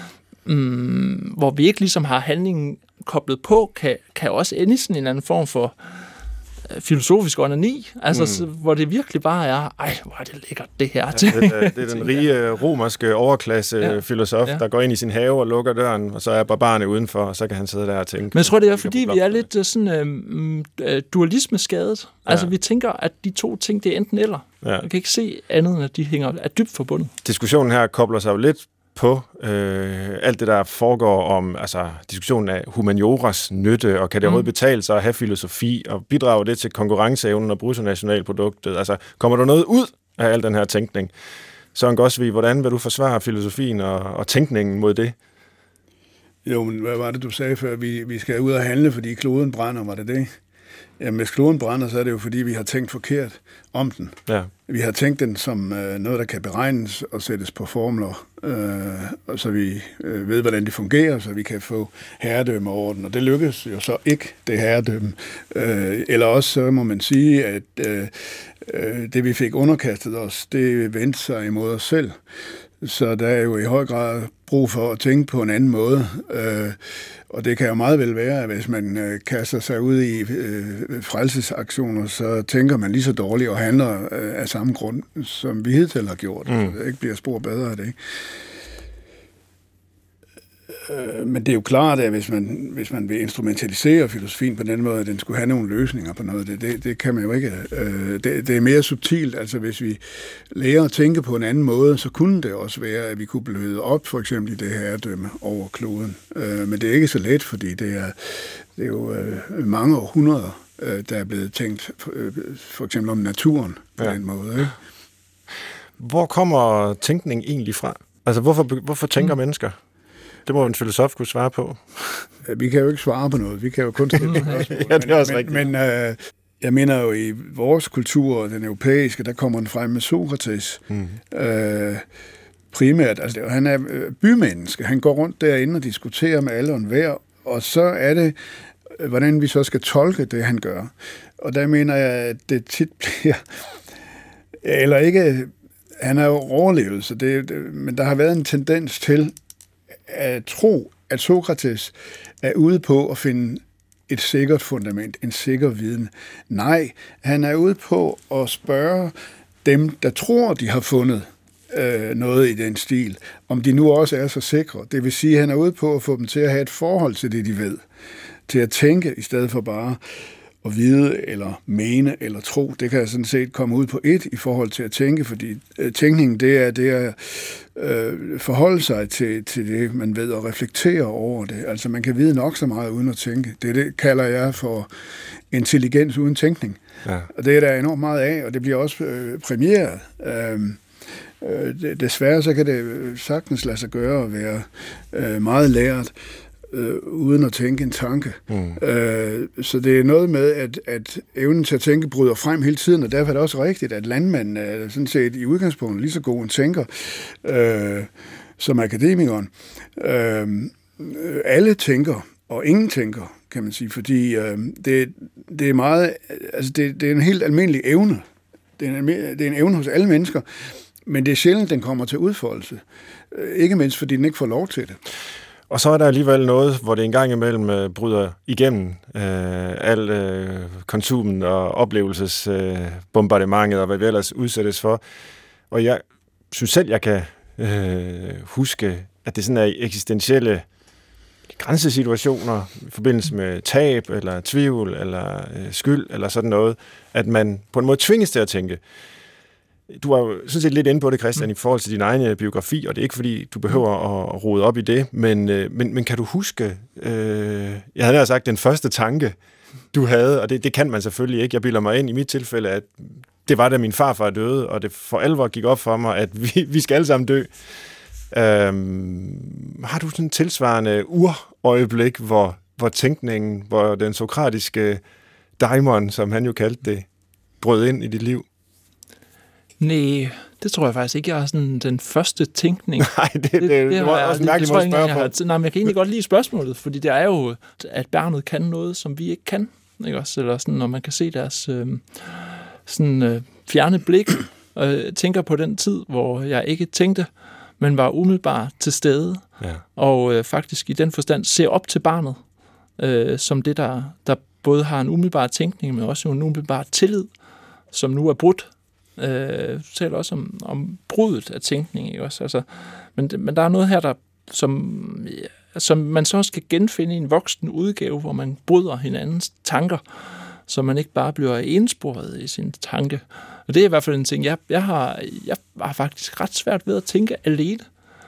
mm, hvor vi ikke ligesom har handlingen koblet på, kan, kan også ende i sådan en eller anden form for filosofisk onani, altså mm. hvor det virkelig bare er, ej, hvor er det lækkert det her. Ja, det, er, det er den rige romerske overklasse ja. filosof, ja. der går ind i sin have og lukker døren, og så er barbarerne udenfor, og så kan han sidde der og tænke. Men jeg tror, det er, fordi vi er lidt sådan øhm, dualisme-skadet. Ja. Altså, vi tænker, at de to ting, det er enten eller. Ja. Jeg kan ikke se andet, end at de hænger, er dybt forbundet. Diskussionen her kobler sig jo lidt på øh, alt det, der foregår om altså, diskussionen af humanioras nytte, og kan det overhovedet mm. betale sig at have filosofi, og bidrage det til konkurrenceevnen og bruttonationalproduktet? Altså, kommer der noget ud af al den her tænkning? Søren Gosvig, hvordan vil du forsvare filosofien og, og tænkningen mod det? Jo, men hvad var det, du sagde før? Vi, vi skal ud og handle, fordi kloden brænder, var det det? Jamen, hvis kloden brænder, så er det jo, fordi vi har tænkt forkert om den. Ja. Vi har tænkt den som øh, noget, der kan beregnes og sættes på formler, øh, så vi øh, ved, hvordan det fungerer, så vi kan få herredømme over den. Og det lykkes jo så ikke, det herredømme. Øh, eller også så må man sige, at øh, øh, det, vi fik underkastet os, det vendte sig imod os selv. Så der er jo i høj grad brug for at tænke på en anden måde. Øh, og det kan jo meget vel være, at hvis man øh, kaster sig ud i øh, frelsesaktioner, så tænker man lige så dårligt og handler øh, af samme grund, som vi hidtil har gjort. Mm. Så det ikke bliver spor bedre af det. Øh, men det er jo klart, at hvis man, hvis man vil instrumentalisere filosofien på den måde, at den skulle have nogle løsninger på noget, det, det, det kan man jo ikke. Øh, det, det er mere subtilt. Altså hvis vi lærer at tænke på en anden måde, så kunne det også være, at vi kunne bløde op, for eksempel i det her dømme over kloden. Øh, men det er ikke så let, fordi det er, det er jo øh, mange århundreder, øh, der er blevet tænkt øh, for eksempel om naturen på ja. den måde. Ikke? Hvor kommer tænkning egentlig fra? Altså hvorfor, hvorfor tænker mm. mennesker? Det må en filosof kunne svare på. Vi kan jo ikke svare på noget. Vi kan jo kun stille spørgsmål. Ja, det er også men, rigtigt. Men øh, jeg mener jo, i vores kultur, den europæiske, der kommer den frem med Sokrates. Mm. Øh, primært, altså han er bymenneske. Han går rundt derinde og diskuterer med alle og enhver, og så er det, hvordan vi så skal tolke det, han gør. Og der mener jeg, at det tit bliver... Eller ikke... Han er jo overlevet, så det, det, men der har været en tendens til at tro, at Sokrates er ude på at finde et sikkert fundament, en sikker viden. Nej, han er ude på at spørge dem, der tror, de har fundet øh, noget i den stil, om de nu også er så sikre. Det vil sige, at han er ude på at få dem til at have et forhold til det, de ved. Til at tænke, i stedet for bare at vide, eller mene, eller tro. Det kan sådan set komme ud på et i forhold til at tænke, fordi øh, tænkningen, det er, det er øh, forholde sig til, til det, man ved, og reflektere over det. Altså, man kan vide nok så meget uden at tænke. Det, det kalder jeg for intelligens uden tænkning. Ja. Og det er der enormt meget af, og det bliver også øh, premieret. Øh, øh, desværre så kan det sagtens lade sig gøre at være øh, meget lært, Øh, uden at tænke en tanke. Mm. Øh, så det er noget med, at, at evnen til at tænke bryder frem hele tiden, og derfor er det også rigtigt, at landmanden er sådan set i udgangspunktet lige så god en tænker øh, som akademikeren. Øh, alle tænker, og ingen tænker, kan man sige, fordi øh, det, det er meget, altså det, det er en helt almindelig evne. Det er en, det er en evne hos alle mennesker, men det er sjældent, den kommer til udfoldelse. Øh, ikke mindst, fordi den ikke får lov til det. Og så er der alligevel noget, hvor det engang imellem øh, bryder igennem øh, al øh, konsumen og oplevelsesbombardementet øh, og hvad vi ellers udsættes for. Og jeg synes selv, jeg kan øh, huske, at det sådan er eksistentielle grænsesituationer i forbindelse med tab, eller tvivl, eller øh, skyld, eller sådan noget, at man på en måde tvinges til at tænke. Du var jo sådan set lidt inde på det, Christian, mm. i forhold til din egen biografi, og det er ikke, fordi du behøver at rode op i det, men, øh, men, men kan du huske, øh, jeg havde nær sagt, den første tanke, du havde, og det, det kan man selvfølgelig ikke. Jeg bilder mig ind i mit tilfælde, at det var, da min farfar døde, og det for alvor gik op for mig, at vi, vi skal alle sammen dø. Øhm, har du sådan en tilsvarende urøjeblik, hvor, hvor tænkningen, hvor den sokratiske daimon, som han jo kaldte det, brød ind i dit liv? Nej, det tror jeg faktisk ikke. Jeg har sådan den første tænkning. Nej, det, det, det, det, det var jeg, også en mærkelig måde at spørge på. Har, nej, men jeg kan egentlig godt lide spørgsmålet, fordi det er jo, at barnet kan noget, som vi ikke kan. Ikke også? Eller sådan, når man kan se deres øh, sådan, øh, fjerne blik, og øh, tænker på den tid, hvor jeg ikke tænkte, men var umiddelbart til stede, ja. og øh, faktisk i den forstand ser op til barnet, øh, som det, der, der både har en umiddelbar tænkning, men også en umiddelbar tillid, som nu er brudt. Øh, taler også om, om bruddet af tænkning, ikke også? Altså, men, men der er noget her, der, som, ja, som man så skal genfinde i en voksen udgave, hvor man bryder hinandens tanker, så man ikke bare bliver ensporet i sin tanke. Og det er i hvert fald en ting, jeg, jeg, har, jeg har faktisk ret svært ved at tænke alene.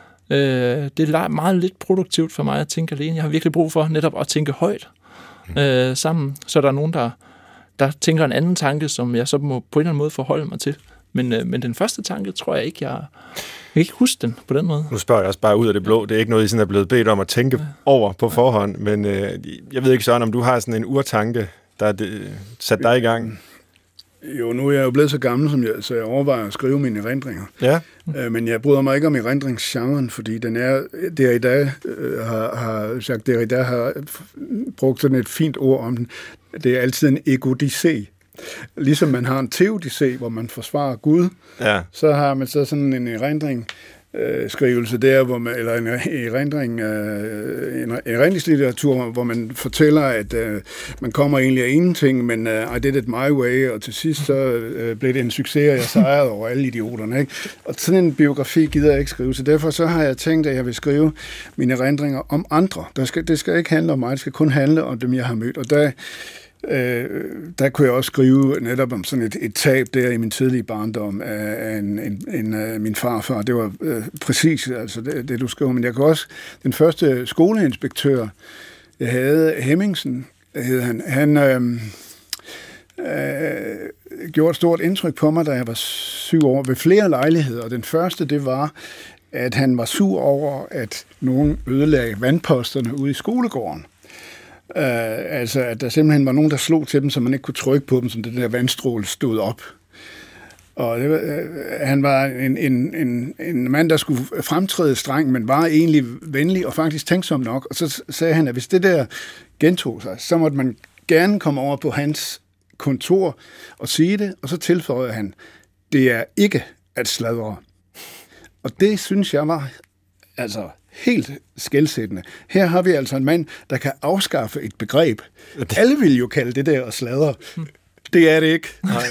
Øh, det er meget lidt produktivt for mig at tænke alene. Jeg har virkelig brug for netop at tænke højt øh, sammen, så der er nogen, der der tænker en anden tanke, som jeg så må på en eller anden måde forholde mig til. Men, øh, men den første tanke, tror jeg ikke, jeg, jeg kan ikke huske den på den måde. Nu spørger jeg også bare ud af det blå. Det er ikke noget, I sådan er blevet bedt om at tænke ja. over på forhånd, men øh, jeg ved ikke sådan, om du har sådan en urtanke, der er sat dig i gang. Jo, nu er jeg jo blevet så gammel, som jeg, så jeg overvejer at skrive mine erindringer. Ja. Øh, men jeg bryder mig ikke om erindringsgenren, fordi den er, Derrida øh, har, har, Jacques Derrida har brugt sådan et fint ord om den. Det er altid en egodicé. Ligesom man har en teodicé, hvor man forsvarer Gud, ja. så har man så sådan en erindring, øh, skrivelse der, hvor man, eller en erindring, øh, en erindringslitteratur, hvor man fortæller, at øh, man kommer egentlig af ingenting, men uh, I did it my way, og til sidst så øh, blev det en succes, og jeg sejrede over alle idioterne. Ikke? Og sådan en biografi gider jeg ikke skrive, så derfor så har jeg tænkt, at jeg vil skrive mine erindringer om andre. Der skal, det skal ikke handle om mig, det skal kun handle om dem, jeg har mødt, og der Øh, der kunne jeg også skrive netop om sådan et, et tab der i min tidlige barndom af, af en, en, en, af min farfar. Det var øh, præcis altså det, det, du skrev. Men jeg kunne også, den første skoleinspektør, jeg havde, Hemmingsen, hed han, han øh, øh, gjorde et stort indtryk på mig, da jeg var syv år, ved flere lejligheder. Og den første, det var, at han var sur over, at nogen ødelagde vandposterne ude i skolegården. Uh, altså, at der simpelthen var nogen, der slog til dem, så man ikke kunne trykke på dem, som det der vandstråle stod op. Og det var, uh, han var en, en, en, en mand, der skulle fremtræde streng, men var egentlig venlig og faktisk tænksom nok. Og så sagde han, at hvis det der gentog sig, så måtte man gerne komme over på hans kontor og sige det, og så tilføjede han, det er ikke at sladre. Og det synes jeg var altså helt skelsættende. Her har vi altså en mand, der kan afskaffe et begreb. Alle vil jo kalde det der at sladre. Det er det ikke. Nej.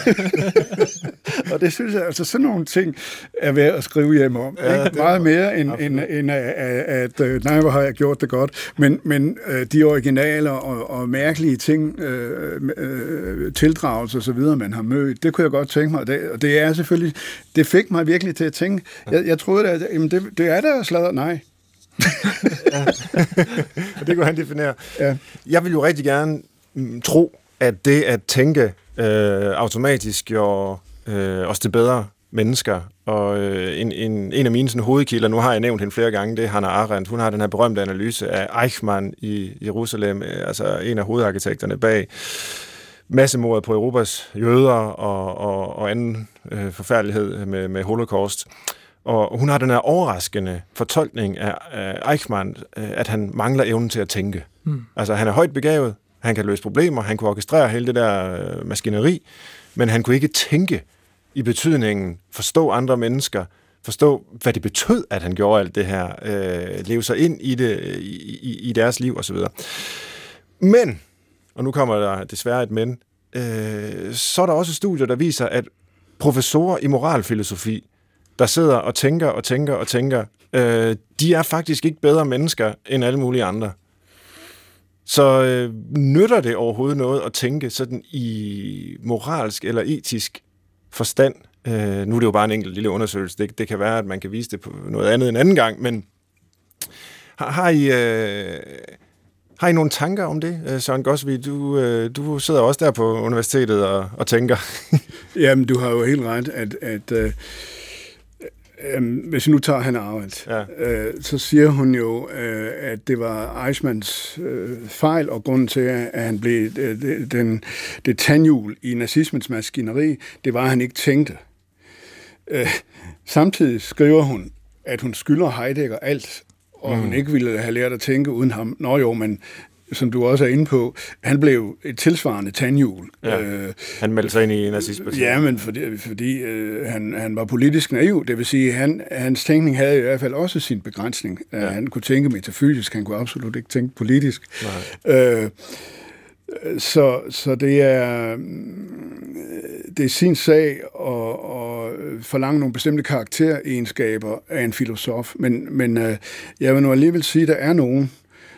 Og det synes jeg, altså sådan nogle ting er værd at skrive hjem om. Ja, ikke? Meget mere end, end, end at, at nej, hvor har jeg gjort det godt. Men, men de originaler og, og mærkelige ting, øh, øh, tildragelser og så videre, man har mødt, det kunne jeg godt tænke mig. Det, og det er selvfølgelig, det fik mig virkelig til at tænke. Jeg, jeg troede, at jamen det, det er der sladder. Nej. Ja. Det kunne han definere. Ja. Jeg vil jo rigtig gerne mm, tro, at det at tænke øh, automatisk gjorde øh, os til bedre mennesker. Og øh, en, en, en af mine sådan, hovedkilder, nu har jeg nævnt hende flere gange, det er Hannah Arendt. Hun har den her berømte analyse af Eichmann i Jerusalem, øh, altså en af hovedarkitekterne bag massemordet på Europas jøder og, og, og anden øh, forfærdelighed med, med holocaust. Og hun har den her overraskende fortolkning af, af Eichmann, at han mangler evnen til at tænke. Mm. Altså, han er højt begavet, han kan løse problemer, han kunne orkestrere hele det der øh, maskineri, men han kunne ikke tænke i betydningen, forstå andre mennesker, forstå, hvad det betød, at han gjorde alt det her, øh, leve sig ind i, det, i, i, i deres liv osv. Men, og nu kommer der desværre et men, øh, så er der også studier, der viser, at professorer i moralfilosofi, der sidder og tænker og tænker og tænker, øh, de er faktisk ikke bedre mennesker end alle mulige andre. Så øh, nytter det overhovedet noget at tænke sådan i moralsk eller etisk forstand? Øh, nu er det jo bare en enkelt lille undersøgelse. Det, det kan være, at man kan vise det på noget andet en anden gang, men har, har I... Øh, Har I nogle tanker om det, Søren Gosvig? Du, du sidder også der på universitetet og, og tænker. Jamen, du har jo helt ret, at, at øh, øh, hvis vi nu tager Hannah Arendt, ja. øh, så siger hun jo, øh, at det var Eichmanns øh, fejl, og grunden til, at han blev øh, den, det tandhjul i nazismens maskineri, det var, at han ikke tænkte. Øh, samtidig skriver hun, at hun skylder Heidegger alt, og mm. hun ikke ville have lært at tænke uden ham. Nå jo, men som du også er inde på, han blev et tilsvarende tandhjul. Ja, øh, han meldte sig ind i nazistpartiet. Ja, men fordi, fordi øh, han, han var politisk naiv. Det vil sige, han, hans tænkning havde i hvert fald også sin begrænsning. Ja. Han kunne tænke metafysisk, han kunne absolut ikke tænke politisk. Øh, så, så det er det er sin sag at, at forlange nogle bestemte karakteregenskaber af en filosof, men, men øh, jeg vil nu alligevel sige, at der er nogen,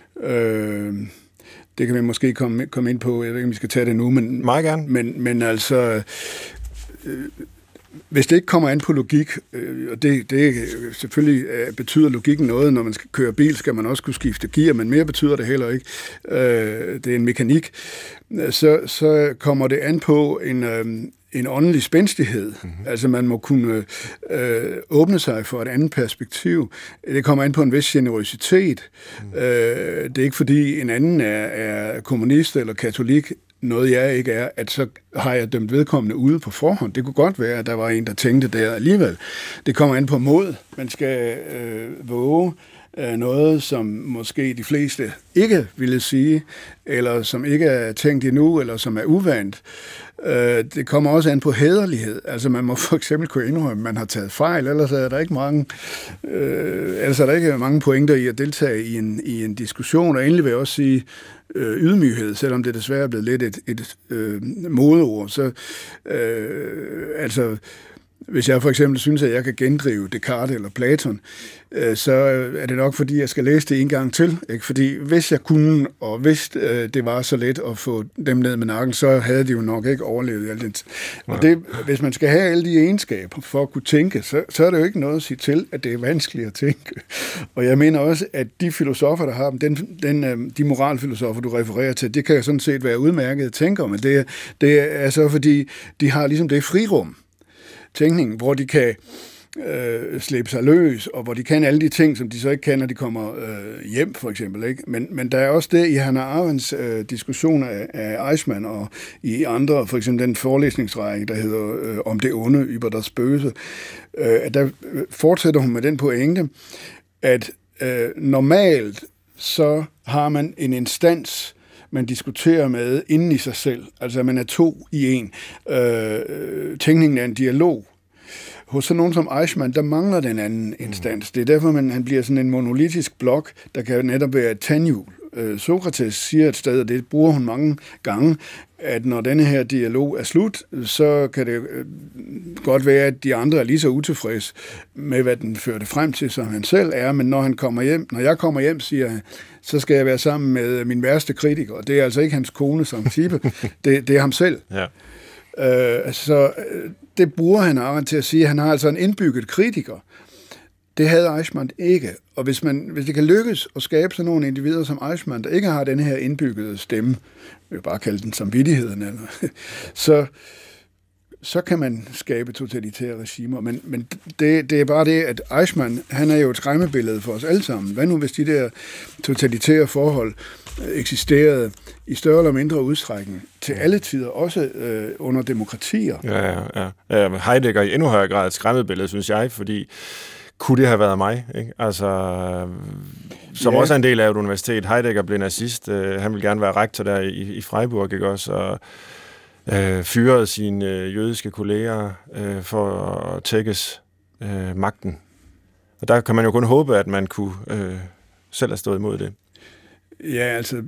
øh, det kan vi måske komme, komme ind på, jeg ved ikke, om vi skal tage det nu, men, meget gerne. men, men altså, øh, hvis det ikke kommer an på logik, øh, og det, det selvfølgelig øh, betyder logikken noget, når man skal køre bil, skal man også kunne skifte gear, men mere betyder det heller ikke. Øh, det er en mekanik. Så, så kommer det an på en, øh, en åndelig spændstighed. Mm-hmm. Altså man må kunne øh, åbne sig for et andet perspektiv. Det kommer an på en vis generøsitet. Mm. Øh, det er ikke fordi en anden er, er kommunist eller katolik, noget jeg ikke er, at så har jeg dømt vedkommende ude på forhånd. Det kunne godt være, at der var en, der tænkte der alligevel. Det kommer an på mod. Man skal øh, våge øh, noget, som måske de fleste ikke ville sige, eller som ikke er tænkt endnu, eller som er uvant. Øh, det kommer også an på hæderlighed. Altså man må for eksempel kunne indrømme, at man har taget fejl, ellers er der ikke mange, øh, ellers er der ikke mange pointer i at deltage i en, i en diskussion, og endelig vil jeg også sige, ydmyghed, selvom det desværre er blevet lidt et, et øh, modeord. Så øh, altså, hvis jeg for eksempel synes, at jeg kan gendrive Descartes eller Platon, øh, så er det nok, fordi jeg skal læse det en gang til. Ikke? Fordi hvis jeg kunne, og hvis øh, det var så let at få dem ned med nakken, så havde de jo nok ikke overlevet alt det. Og det, hvis man skal have alle de egenskaber for at kunne tænke, så, så er det jo ikke noget at sige til, at det er vanskeligt at tænke. Og jeg mener også, at de filosofer, der har dem, den, den, de moralfilosofer, du refererer til, det kan jo sådan set være udmærkede tænkere, men det, det er så, fordi de har ligesom det frirum, tænkningen, hvor de kan øh, slippe sig løs, og hvor de kan alle de ting, som de så ikke kan, når de kommer øh, hjem, for eksempel. Ikke? Men, men der er også det i Hannah Arendts øh, diskussion af, af Eichmann, og i andre, for eksempel den forelæsningsrække, der hedder øh, Om det onde, über das Böse, øh, at der fortsætter hun med den pointe, at øh, normalt så har man en instans, man diskuterer med inden i sig selv. Altså, man er to i en. Øh, tænkningen er en dialog. Hos sådan nogen som Eichmann, der mangler den anden instans. Det er derfor, man, han bliver sådan en monolitisk blok, der kan netop være et tandhjul. Øh, Sokrates siger et sted, og det bruger hun mange gange, at når denne her dialog er slut, så kan det øh, godt være, at de andre er lige så utilfredse med, hvad den førte frem til, som han selv er. Men når han kommer hjem, når jeg kommer hjem, siger han, så skal jeg være sammen med min værste kritiker. Og det er altså ikke hans kone som type, det, det er ham selv. Ja. Øh, så det bruger han Arendt til at sige, at han har altså en indbygget kritiker. Det havde Eichmann ikke. Og hvis, man, hvis det kan lykkes at skabe sådan nogle individer som Eichmann, der ikke har den her indbyggede stemme, vi vil bare kalde den samvittigheden, eller, så, så kan man skabe totalitære regimer. Men, men det, det er bare det, at Eichmann, han er jo et skræmmebillede for os alle sammen. Hvad nu, hvis de der totalitære forhold eksisterede i større eller mindre udstrækning til alle tider, også øh, under demokratier? Ja, ja, ja. Heidegger i endnu højere grad et skræmmebillede, synes jeg, fordi kunne det have været mig? Ikke? Altså, som ja. Også er en del af et universitet. Heidegger blev nazist. Han ville gerne være rektor der i, i Freiburg, ikke også? Og øh, fyrede sine øh, jødiske kolleger øh, for at tækkes øh, magten. Og der kan man jo kun håbe, at man kunne øh, selv have stået imod det. Ja, altså...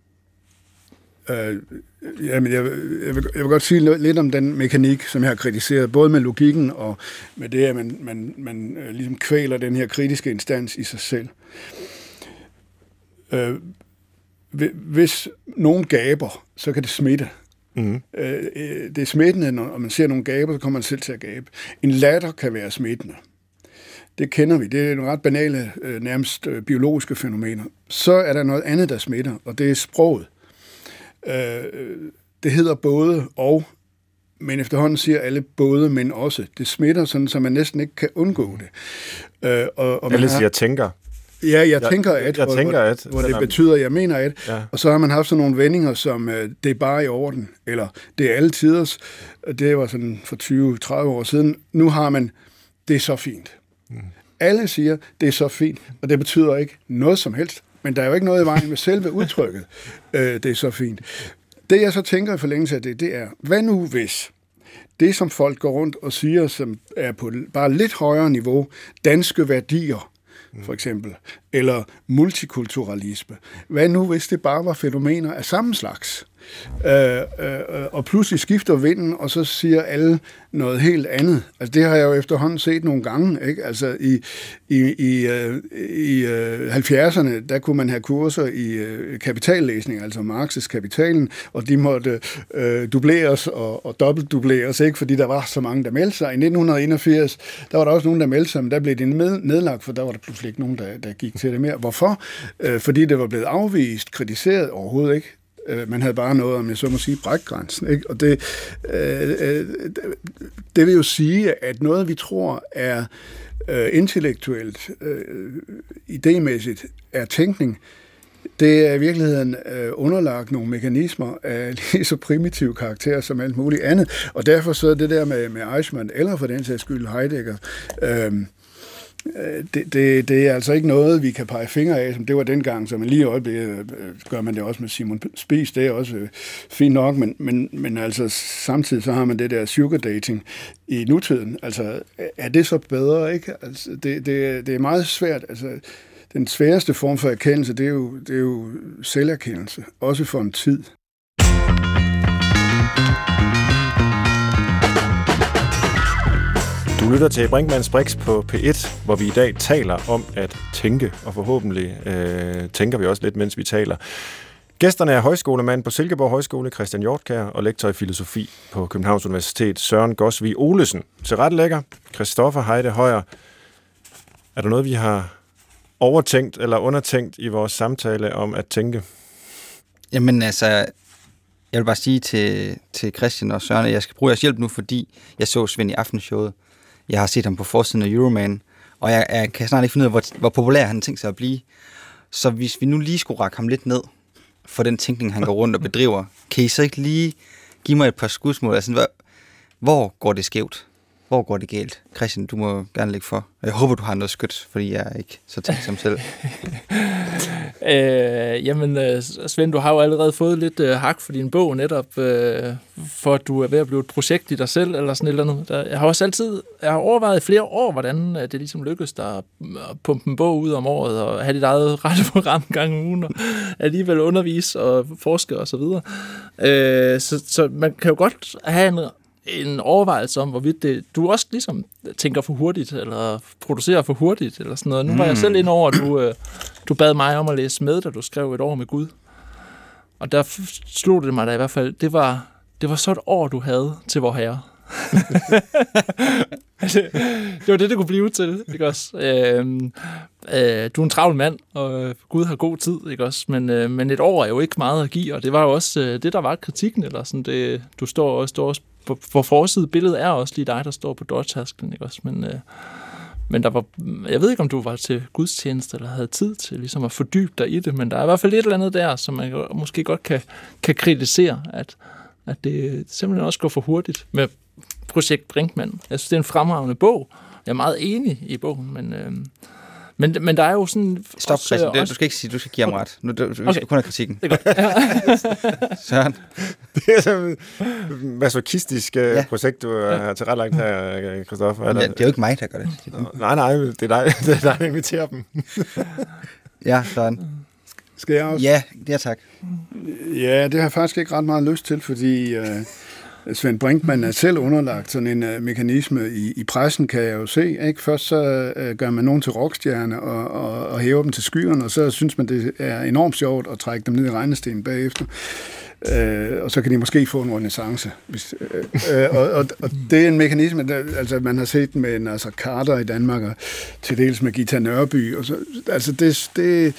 Øh, jamen, jeg, jeg, vil, jeg vil godt sige lidt om den mekanik, som jeg har kritiseret, både med logikken og med det, at man, man, man øh, ligesom kvæler den her kritiske instans i sig selv. Øh, hvis nogen gaber, så kan det smitte. Mm. Øh, det er smittende, når man ser nogle gaber, så kommer man selv til at gabe. En latter kan være smittende. Det kender vi. Det er nogle ret banale, nærmest biologiske fænomener. Så er der noget andet, der smitter, og det er sproget. Det hedder både og, men efterhånden siger alle både, men også. Det smitter sådan, så man næsten ikke kan undgå det. Og, og Eller siger tænker. Ja, jeg, jeg tænker at, jeg, jeg tænker hvor, at, hvor det betyder, jeg mener at, ja. Og så har man haft sådan nogle vendinger, som uh, det er bare i orden, eller det er alle tiders. Det var sådan for tyve til tredive år siden. Nu har man, det er så fint. Mm. Alle siger, det er så fint, og det betyder ikke noget som helst. Men der er jo ikke noget i vejen med selve udtrykket, uh, det er så fint. Det jeg så tænker i forlængelse af det, det er, hvad nu hvis det, som folk går rundt og siger, som er på bare lidt højere niveau, danske værdier, for eksempel, eller multikulturalisme. Hvad nu, hvis det bare var fænomener af samme slags? Øh, øh, og pludselig skifter vinden, og så siger alle noget helt andet. Altså, det har jeg jo efterhånden set nogle gange, ikke? Altså, i, i, i, øh, i øh, halvfjerdserne, der kunne man have kurser i øh, kapitallæsning, altså Marx's Kapitalen, og de måtte øh, dubleres og, og dobbeltdubleres, ikke? Fordi der var så mange, der meldte sig. I nitten enogfirs, der var der også nogen, der meldte sig, men der blev det nedlagt, for der var der pludselig ikke nogen, der, der gik til det mere. Hvorfor? Øh, fordi det var blevet afvist, kritiseret, overhovedet ikke. Man havde bare noget, om jeg så må sige, brækgrænsen. Ikke? Og det, øh, det vil jo sige, at noget, vi tror er øh, intellektuelt, øh, idémæssigt, er tænkning, det er i virkeligheden øh, underlagt nogle mekanismer af lige så primitive karakterer som alt muligt andet. Og derfor så det der med, med Eichmann, eller for den sags skyld Heidegger, øh, Det, det, det er altså ikke noget, vi kan pege fingre af, som det var dengang, så man lige i øjeblikket gør man det også med Simon Spies, det er også fint nok, men, men, men altså samtidig så har man det der sugar dating i nutiden. Altså, er det så bedre, ikke? Altså, det, det, det er meget svært, altså den sværeste form for erkendelse, det er jo, det er jo selverkendelse, også for en tid. Du lytter til Brinkmanns Brix på P et, hvor vi i dag taler om at tænke, og forhåbentlig øh, tænker vi også lidt, mens vi taler. Gæsterne er højskolemand på Silkeborg Højskole, Christian Hjortkjær, og lektor i filosofi på Københavns Universitet, Søren Gosvig Olesen. Tilrettelægger, Christoffer Heide Højer. Er der noget, vi har overtænkt eller undertænkt i vores samtale om at tænke? Jamen altså, jeg vil bare sige til, til Christian og Søren, at jeg skal bruge jeres hjælp nu, fordi jeg så Svend i Aftenshowet. Jeg har set ham på forsiden af Euroman, og jeg, jeg kan snart ikke finde ud af, hvor, hvor populær han tænker sig at blive. Så hvis vi nu lige skulle række ham lidt ned for den tænkning, han går rundt og bedriver, kan I så ikke lige give mig et par skudsmål? Altså, hvor, hvor går det skævt? Hvor går det galt? Christian, du må gerne lægge for. Jeg håber, du har noget skyt, fordi jeg er ikke så tænksom selv. øh, jamen, Svend, du har jo allerede fået lidt øh, hak for din bog netop, øh, for at du er ved at blive et projekt i dig selv, eller sådan et eller andet. Der, jeg har også altid jeg har overvejet i flere år, hvordan det ligesom lykkes dig at pumpe en bog ud om året, og have dit eget retteprogram en gang om ugen, og alligevel undervise og forske og så videre. Øh, så, så man kan jo godt have en en overvejelse om, hvorvidt det, du også ligesom tænker for hurtigt, eller producerer for hurtigt, eller sådan noget. Nu var jeg selv ind over, at du, øh, du bad mig om at læse med, da du skrev Et år med Gud. Og der slog det mig da i hvert fald, det var, det var så et år, du havde til vor Herre. det, det var det, det kunne blive til, ikke også? Øh, øh, du er en travl mand, og Gud har god tid, ikke også? Men, øh, men et år er jo ikke meget at give, og det var jo også øh, det, der var kritikken, eller sådan, det, du står, står også på, på forsiden. Billedet er også lige dig, der står på dørtærsklen, ikke også? Men, øh, men der var, jeg ved ikke, om du var til gudstjeneste, eller havde tid til ligesom at fordybe dig i det, men der er i hvert fald et eller andet der, som man måske godt kan, kan kritisere, at, at det simpelthen også går for hurtigt med Projekt Brinkmann. Jeg synes, det er en fremragende bog. Jeg er meget enig i bogen, men, øh, men, men der er jo sådan... Stop, også, Christian. Også... Du skal ikke sige, du skal give ham ret. Nu, du, du okay. skal kun have kritikken. Det er godt. Søren. Det er sådan et masochistisk ja. projekt, du ja. har tilrettelagt her, Christoffer. Ja, det er jo ikke mig, der gør det. Nej, nej, det er dig, det er dig der inviterer dem. Ja, Søren. Skal jeg også? Ja, ja tak. Ja, det har jeg faktisk ikke ret meget lyst til, fordi øh, Svend Brinkmann er selv underlagt sådan en uh, mekanisme i, i pressen, kan jeg jo se. Ikke? Først så uh, gør man nogen til rockstjerne og, og, og hæver dem til skyerne, og så synes man, det er enormt sjovt at trække dem ned i regnestenen bagefter. Uh, og så kan de måske få en renaissance. Hvis, uh, uh, og, og, og det er en mekanisme, der, altså man har set med Nasser Carter i Danmark, og til dels med Gita Nørby. Og så, altså det... det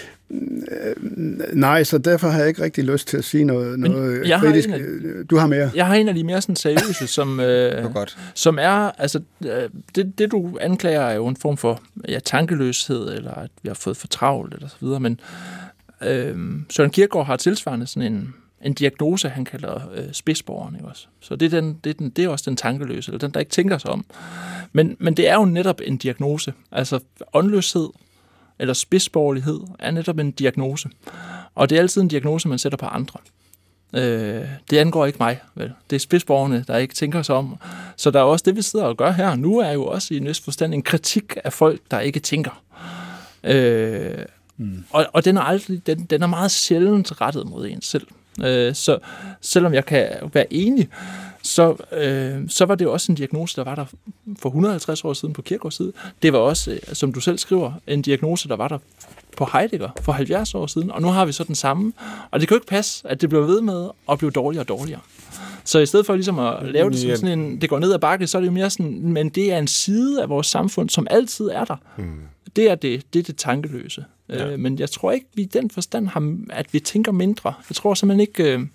Nej, så derfor har jeg ikke rigtig lyst til at sige noget, noget kritisk. Har af, du har mere. Jeg har en af de mere sådan seriøse, som, øh, som er, altså, det, det du anklager er jo en form for ja, tankeløshed, eller at vi har fået for travlt, eller så videre, men øh, Søren Kierkegaard har tilsvarende sådan en, en diagnose, han kalder øh, spidsborgeren, ikke også? Så det er, den, det, er den, det er også den tankeløse, eller den, der ikke tænker sig om. Men, men det er jo netop en diagnose, altså åndløshed, eller spidsborgerlighed, er netop en diagnose. Og det er altid en diagnose, man sætter på andre. Øh, det angår ikke mig, vel. Det er spidsborgerne, der ikke tænker sig om. Så der er også det, vi sidder og gør her. Nu er jo også i en vis forstand en kritik af folk, der ikke tænker. Øh, mm. og, og den er aldrig, den, den er meget sjældent rettet mod en selv. Øh, så selvom jeg kan være enig, så, øh, så var det jo også en diagnose, der var der for et hundrede og halvtreds år siden på Kierkegaards side. Det var også, øh, som du selv skriver, en diagnose, der var der på Heidegger for halvfjerds år siden, og nu har vi så den samme. Og det kan jo ikke passe, at det bliver ved med at blive dårligere og dårligere. Så i stedet for ligesom at lave det som sådan en, det går ned ad bakke, så er det jo mere sådan, men det er en side af vores samfund, som altid er der. Hmm. Det er det, det er det tankeløse. Ja. Øh, men jeg tror ikke, vi i den forstand har, at vi tænker mindre. Jeg tror simpelthen ikke, øh,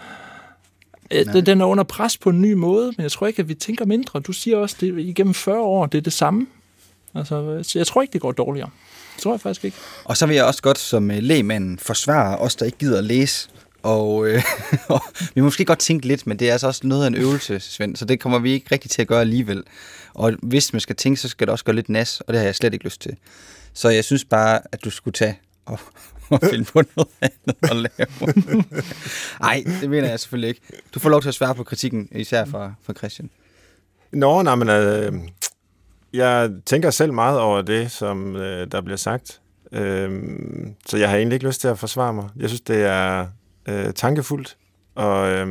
den, den er under pres på en ny måde, men jeg tror ikke, at vi tænker mindre. Du siger også, det igennem fyrre år, det er det samme. Altså, jeg tror ikke, det går dårligere. Det tror jeg faktisk ikke. Og så vil jeg også godt som lægmand forsvare os, der ikke gider at læse. Og, øh, og vi må måske godt tænke lidt, men det er altså også noget af en øvelse, Svend, så det kommer vi ikke rigtig til at gøre alligevel. Og hvis man skal tænke, så skal det også gøre lidt nas, og det har jeg slet ikke lyst til. Så jeg synes bare, at du skulle tage og, og finde på noget andet at lave. Nej, det mener jeg selvfølgelig ikke. Du får lov til at svare på kritikken, især fra, fra Christian. Nå, nej, men øh, jeg tænker selv meget over det, som øh, der bliver sagt. Øh, så jeg har egentlig ikke lyst til at forsvare mig. Jeg synes, det er øh, tankefuldt. Og øh,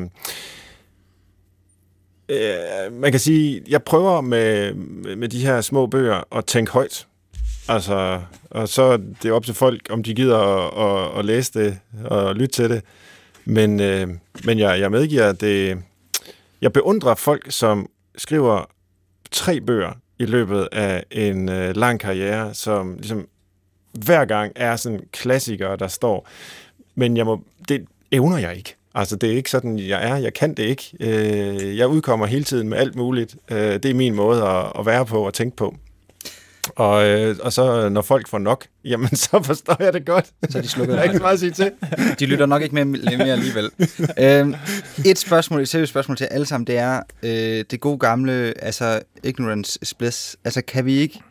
øh, man kan sige, jeg prøver med, med de her små bøger at tænke højt. Altså, og så er det op til folk, om de gider at, at, at læse det og lytte til det. Men, øh, men jeg, jeg medgiver, det. Jeg beundrer folk, som skriver tre bøger i løbet af en øh, lang karriere, som ligesom hver gang er sådan klassikere, der står. Men jeg må, det evner jeg ikke. Altså, det er ikke sådan, jeg er. Jeg kan det ikke. Øh, jeg udkommer hele tiden med alt muligt. Øh, det er min måde at, at være på og tænke på. Og, øh, og så når folk får nok, jamen så forstår jeg det godt. Så de slukker. Der er ikke så meget at sige til. De lytter nok ikke mere, mere alligevel. øhm, et spørgsmål, et seriøst spørgsmål til alle sammen, det er øh, det gode gamle, altså ignorance is bliss. Altså kan vi ikke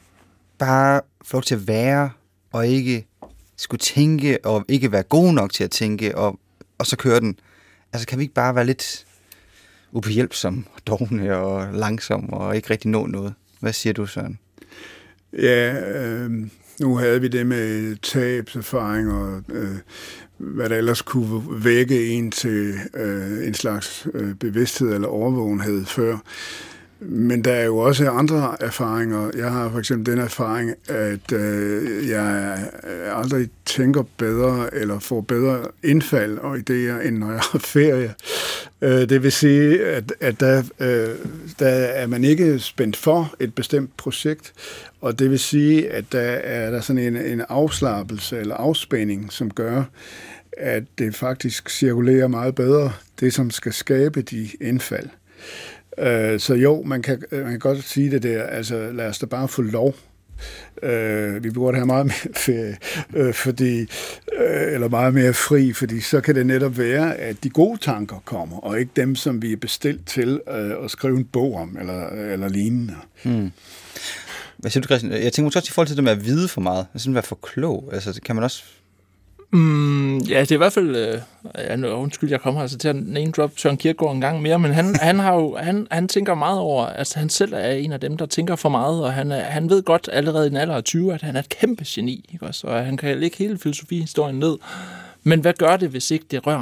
bare få lov til at være, og ikke skulle tænke, og ikke være gode nok til at tænke, og, og så køre den? Altså kan vi ikke bare være lidt ubehjælpsom, dogne og langsom, og ikke rigtig nå noget? Hvad siger du, Søren? Ja, øh, nu havde vi det med tabserfaring og øh, hvad der ellers kunne vække en til øh, en slags øh, bevidsthed eller overvågenhed før. Men der er jo også andre erfaringer. Jeg har for eksempel den erfaring, at øh, jeg aldrig tænker bedre eller får bedre indfald og idéer, end når jeg har ferie. Øh, det vil sige, at, at der, øh, der er man ikke spændt for et bestemt projekt, og det vil sige, at der er der sådan en, en afslappelse eller afspænding, som gør, at det faktisk cirkulerer meget bedre, det som skal skabe de indfald. Så jo, man kan, man kan godt sige det der, altså lad os da bare få lov. Uh, vi burde have meget mere ferie, uh, fordi, uh, eller meget mere fri, fordi så kan det netop være, at de gode tanker kommer, og ikke dem, som vi er bestilt til uh, at skrive en bog om, eller, eller lignende. Hmm. Hvad siger du, Christian? Jeg tænker måske også i forhold til det med at vide for meget, altså være for klog, altså kan man også... Mm, ja, det er i hvert fald, øh, ja, undskyld, jeg kommer altså til at name drop Søren Kierkegaard en gang mere, men han, han, har jo, han, han tænker meget over, altså han selv er en af dem, der tænker for meget, og han, er, han ved godt allerede i den alder af tyve, at han er et kæmpe geni, ikke også? Og han kan lægge hele filosofihistorien ned. Men hvad gør det, hvis ikke det rører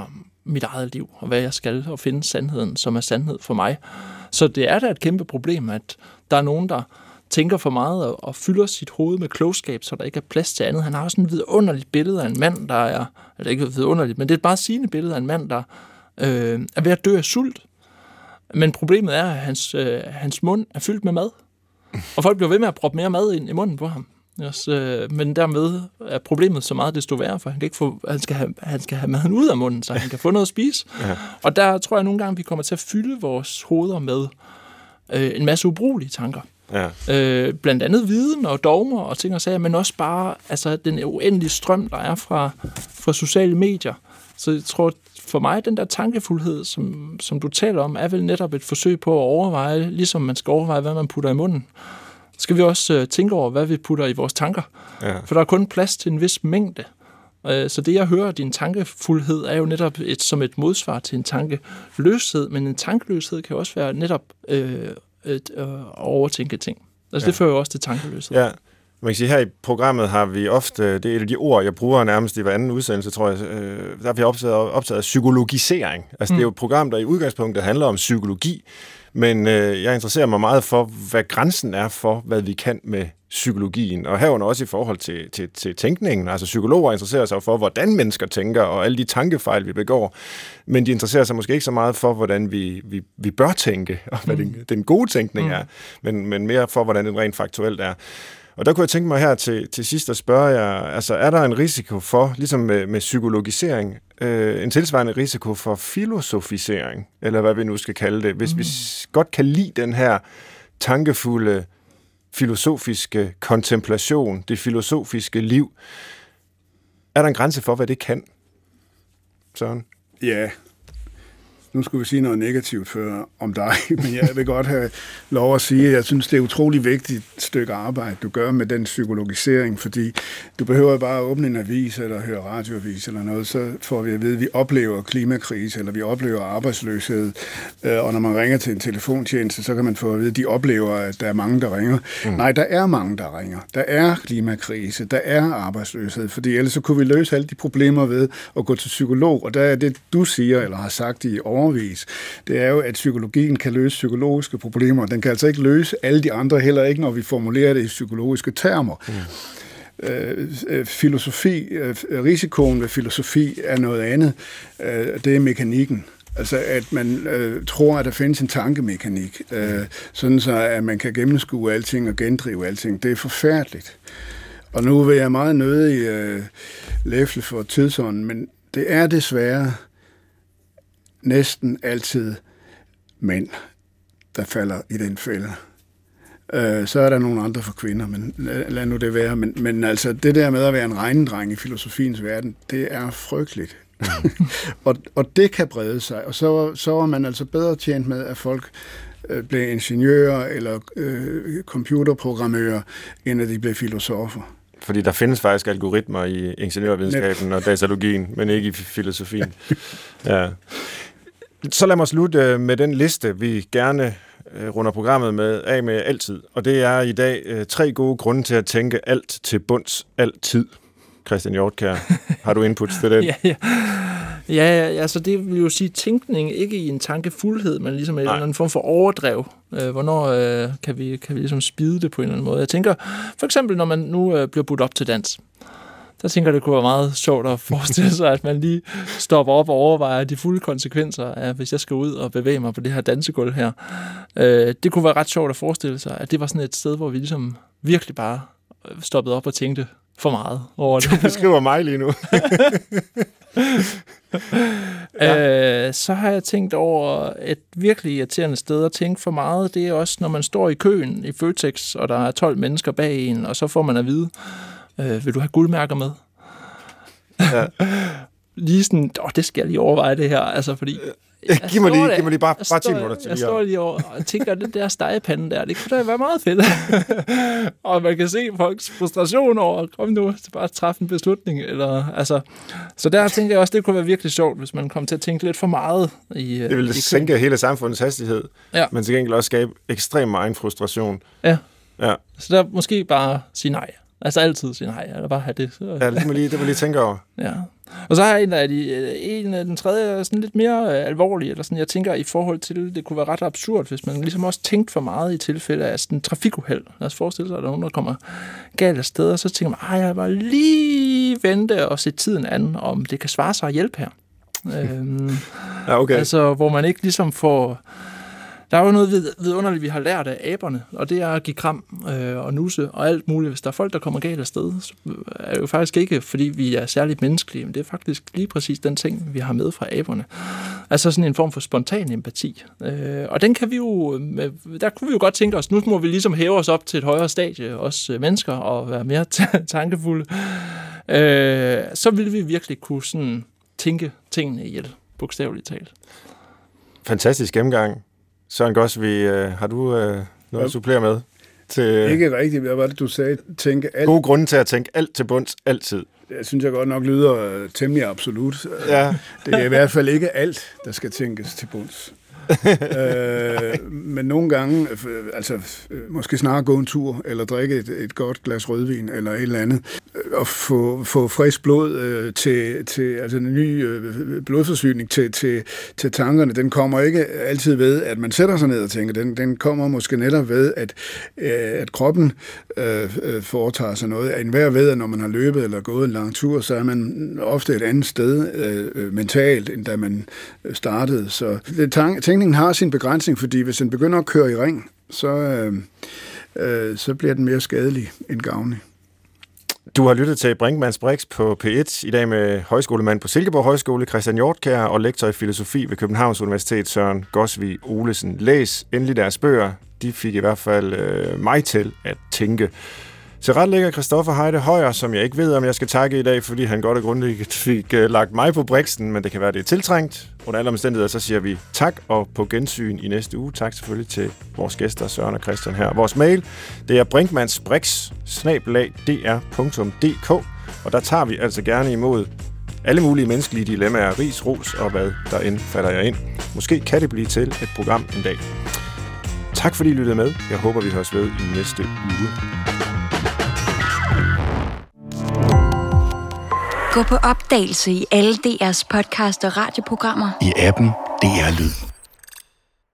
mit eget liv, og hvad jeg skal, og finde sandheden, som er sandhed for mig. Så det er da et kæmpe problem, at der er nogen, der tænker for meget og, og fylder sit hoved med klogskab, så der ikke er plads til andet. Han har også en vidunderligt billede af en mand, der er, eller ikke vidunderligt, men det er et meget sigende billede af en mand, der øh, er ved at dø af sult. Men problemet er, at hans, øh, hans mund er fyldt med mad. Og folk bliver ved med at proppe mere mad ind i munden på ham. Yes, øh, men dermed er problemet så meget desto værre, for han, kan ikke få, han, skal have, han skal have maden ud af munden, så han kan få noget at spise. Ja. Og der tror jeg nogle gange, vi kommer til at fylde vores hoveder med øh, en masse ubrugelige tanker. Ja. Øh, blandt andet viden og dogmer og ting og sager, men også bare altså, den uendelige strøm, der er fra, fra sociale medier. Så jeg tror, for mig, den der tankefuldhed, som, som du taler om, er vel netop et forsøg på at overveje, ligesom man skal overveje, hvad man putter i munden. Så skal vi også øh, tænke over, hvad vi putter i vores tanker. Ja. For der er kun plads til en vis mængde. Øh, så det, jeg hører, din tankefuldhed, er jo netop et, som et modsvar til en tankeløshed, men en tankeløshed kan også være netop øh, et, øh, at overtænke ting. Altså ja. Det fører jo også til tankeløshed. Ja. Man kan sige, her i programmet har vi ofte, det er et af de ord, jeg bruger nærmest i hver anden udsendelse, tror jeg, øh, der har vi optaget, optaget psykologisering. Altså mm. det er jo et program, der i udgangspunktet handler om psykologi, men øh, jeg interesserer mig meget for, hvad grænsen er for, hvad vi kan med psykologien, og herunder også i forhold til, til, til tænkningen. Altså psykologer interesserer sig for, hvordan mennesker tænker, og alle de tankefejl, vi begår, men de interesserer sig måske ikke så meget for, hvordan vi, vi, vi bør tænke, og hvad mm. den, den gode tænkning mm. er, men, men mere for, hvordan den rent faktuelt er. Og der kunne jeg tænke mig her til, til sidst at spørge jer, altså er der en risiko for, ligesom med, med psykologisering, øh, en tilsvarende risiko for filosofisering, eller hvad vi nu skal kalde det, hvis mm. vi godt kan lide den her tankefulde, filosofiske kontemplation, det filosofiske liv, er der en grænse for, hvad det kan? Søren? Ja. Nu skulle vi sige noget negativt før om dig, men jeg vil godt have lov at sige, at jeg synes, det er et utroligt vigtigt stykke arbejde, du gør med den psykologisering, fordi du behøver bare at åbne en avis eller høre radioavis eller noget, så får vi at vide, at vi oplever klimakrise, eller vi oplever arbejdsløshed, og når man ringer til en telefontjeneste, så kan man få at vide, at de oplever, at der er mange, der ringer. Mm. Nej, der er mange, der ringer. Der er klimakrise, der er arbejdsløshed, fordi ellers så kunne vi løse alle de problemer ved at gå til psykolog, og der er det, du siger, eller har sagt i år, det er jo, at psykologien kan løse psykologiske problemer. Den kan altså ikke løse alle de andre, heller ikke, når vi formulerer det i psykologiske termer. Mm. Øh, filosofi, øh, risikoen ved filosofi er noget andet. Øh, det er mekanikken. Altså, at man øh, tror, at der findes en tankemekanik, øh, sådan så, at man kan gennemskue alting og gendrive alting. Det er forfærdeligt. Og nu vil jeg meget nødig øh, læfle for tidsånden, men det er desværre næsten altid mænd, der falder i den fælde. Øh, så er der nogle andre for kvinder, men lad, lad nu det være. Men, men altså, det der med at være en regnedreng i filosofiens verden, det er frygteligt. Mm. og, og det kan brede sig, og så, så er man altså bedre tjent med, at folk øh, bliver ingeniører eller øh, computerprogrammører, end at de bliver filosofer. Fordi der findes faktisk algoritmer i ingeniørvidenskaben og datalogien, men ikke i filosofien. Ja. Så lad mig slutte med den liste, vi gerne runder programmet med af med altid. Og det er i dag tre gode grunde til at tænke alt til bunds altid. Christian Hjortkjær, har du input til det? ja, ja. Ja, altså det vil jo sige tænkning, ikke i en tankefuldhed, men ligesom en eller anden form for overdrev. Hvornår øh, kan, vi, kan vi ligesom spide det på en eller anden måde? Jeg tænker, for eksempel når man nu øh, bliver budt op til dans, der tænker jeg, det kunne være meget sjovt at forestille sig, at man lige stopper op og overvejer de fulde konsekvenser af, hvis jeg skal ud og bevæge mig på det her dansegulv her. Øh, det kunne være ret sjovt at forestille sig, at det var sådan et sted, hvor vi ligesom virkelig bare stoppede op og tænkte for meget over det. Du beskriver mig lige nu. ja. øh, så har jeg tænkt over et virkelig irriterende sted at tænke for meget. Det er også, når man står i køen i Føtex, og der er tolv mennesker bag en, og så får man at vide, øh, vil du have guldmærker med? Ja. Lige sådan, åh, det skal jeg lige overveje det her, altså fordi... Giv mig lige, giv mig lige bare, bare ti minutter til. Jeg står lige over og tænker, at den der stegepande der, det kunne da være meget fedt. Og man kan se folks frustration over, kom nu, til bare at træffe en beslutning. Eller, altså, så der tænker jeg også, det kunne være virkelig sjovt, hvis man kom til at tænke lidt for meget. I, det ville sænke hele samfundets hastighed, ja. Men til gengæld også skabe ekstrem meget frustration. Ja. ja, så der måske bare sige nej. Altså altid sige nej, eller bare have det. Så. Ja, det må lige, det må lige tænke over. Ja. Og så har jeg en af de, en af den tredje sådan lidt mere alvorlig, eller sådan, jeg tænker i forhold til, det kunne være ret absurd, hvis man ligesom også tænkte for meget i tilfælde af sådan en trafikuheld. Lad os forestille sig, at der er nogen, der kommer galt af sted, og så tænker man, ej, jeg bare lige vente og se tiden an, om det kan svare sig at hjælpe her. øhm, ja, okay. Altså, hvor man ikke ligesom får... Der er jo noget vidunderligt, vi har lært af aberne, og det er at give kram øh, og nusse og alt muligt. Hvis der er folk, der kommer galt af sted, så er det jo faktisk ikke, fordi vi er særligt menneskelige, men det er faktisk lige præcis den ting, vi har med fra aberne. Altså sådan en form for spontan empati. Øh, og den kan vi jo, der kunne vi jo godt tænke os, nu må vi ligesom hæve os op til et højere stadie, os mennesker, og være mere tankefulde. Øh, så ville vi virkelig kunne sådan tænke tingene ihjel, bogstaveligt talt. Fantastisk gennemgang. Søren Gosvig, øh, har du øh, noget at supplere med? Til, ikke rigtigt. Hvad var det, du sagde? Tænke alt. Gode grunde til at tænke alt til bunds, altid. Jeg synes, jeg godt nok lyder uh, temmelig absolut. Ja. Det er i hvert fald ikke alt, der skal tænkes til bunds. øh, men nogle gange, altså måske snarere gå en tur, eller drikke et, et godt glas rødvin, eller et eller andet, og få, få frisk blod øh, til, til, altså en ny øh, blodforsyning til, til, til tankerne, den kommer ikke altid ved, at man sætter sig ned og tænker, den, den kommer måske netop ved, at, øh, at kroppen øh, foretager sig noget. En hver ved, at når man har løbet eller gået en lang tur, så er man ofte et andet sted øh, mentalt, end da man startede. Så det, tank, tænkningen har sin begrænsning, fordi hvis den begynder at køre i ring, så, øh, øh, så bliver den mere skadelig end gavnlig. Du har lyttet til Brinkmanns Brix på P et, i dag med højskolemand på Silkeborg Højskole, Christian Hjortkjær, og lektor i filosofi ved Københavns Universitet, Søren Gosvig Olesen. Læs endelig deres bøger. De fik i hvert fald øh, mig til at tænke. Til ret ligger Christoffer Heide Højer, som jeg ikke ved, om jeg skal takke i dag, fordi han godt og grundigt fik uh, lagt mig på briksen, men det kan være, det er tiltrængt. Under alle omstændigheder, så siger vi tak, og på gensyn i næste uge. Tak selvfølgelig til vores gæster, Søren og Christian her. Vores mail, det er brinkmannsbrix snabel-a d r punktum d k, og der tager vi altså gerne imod alle mulige menneskelige dilemmaer, ris, ros og hvad der end falder jer ind. Måske kan det blive til et program en dag. Tak fordi I lyttede med. Jeg håber, vi høres ved i næste uge. Gå på opdagelse i alle D R's podcast og radioprogrammer. I appen D R Lyd.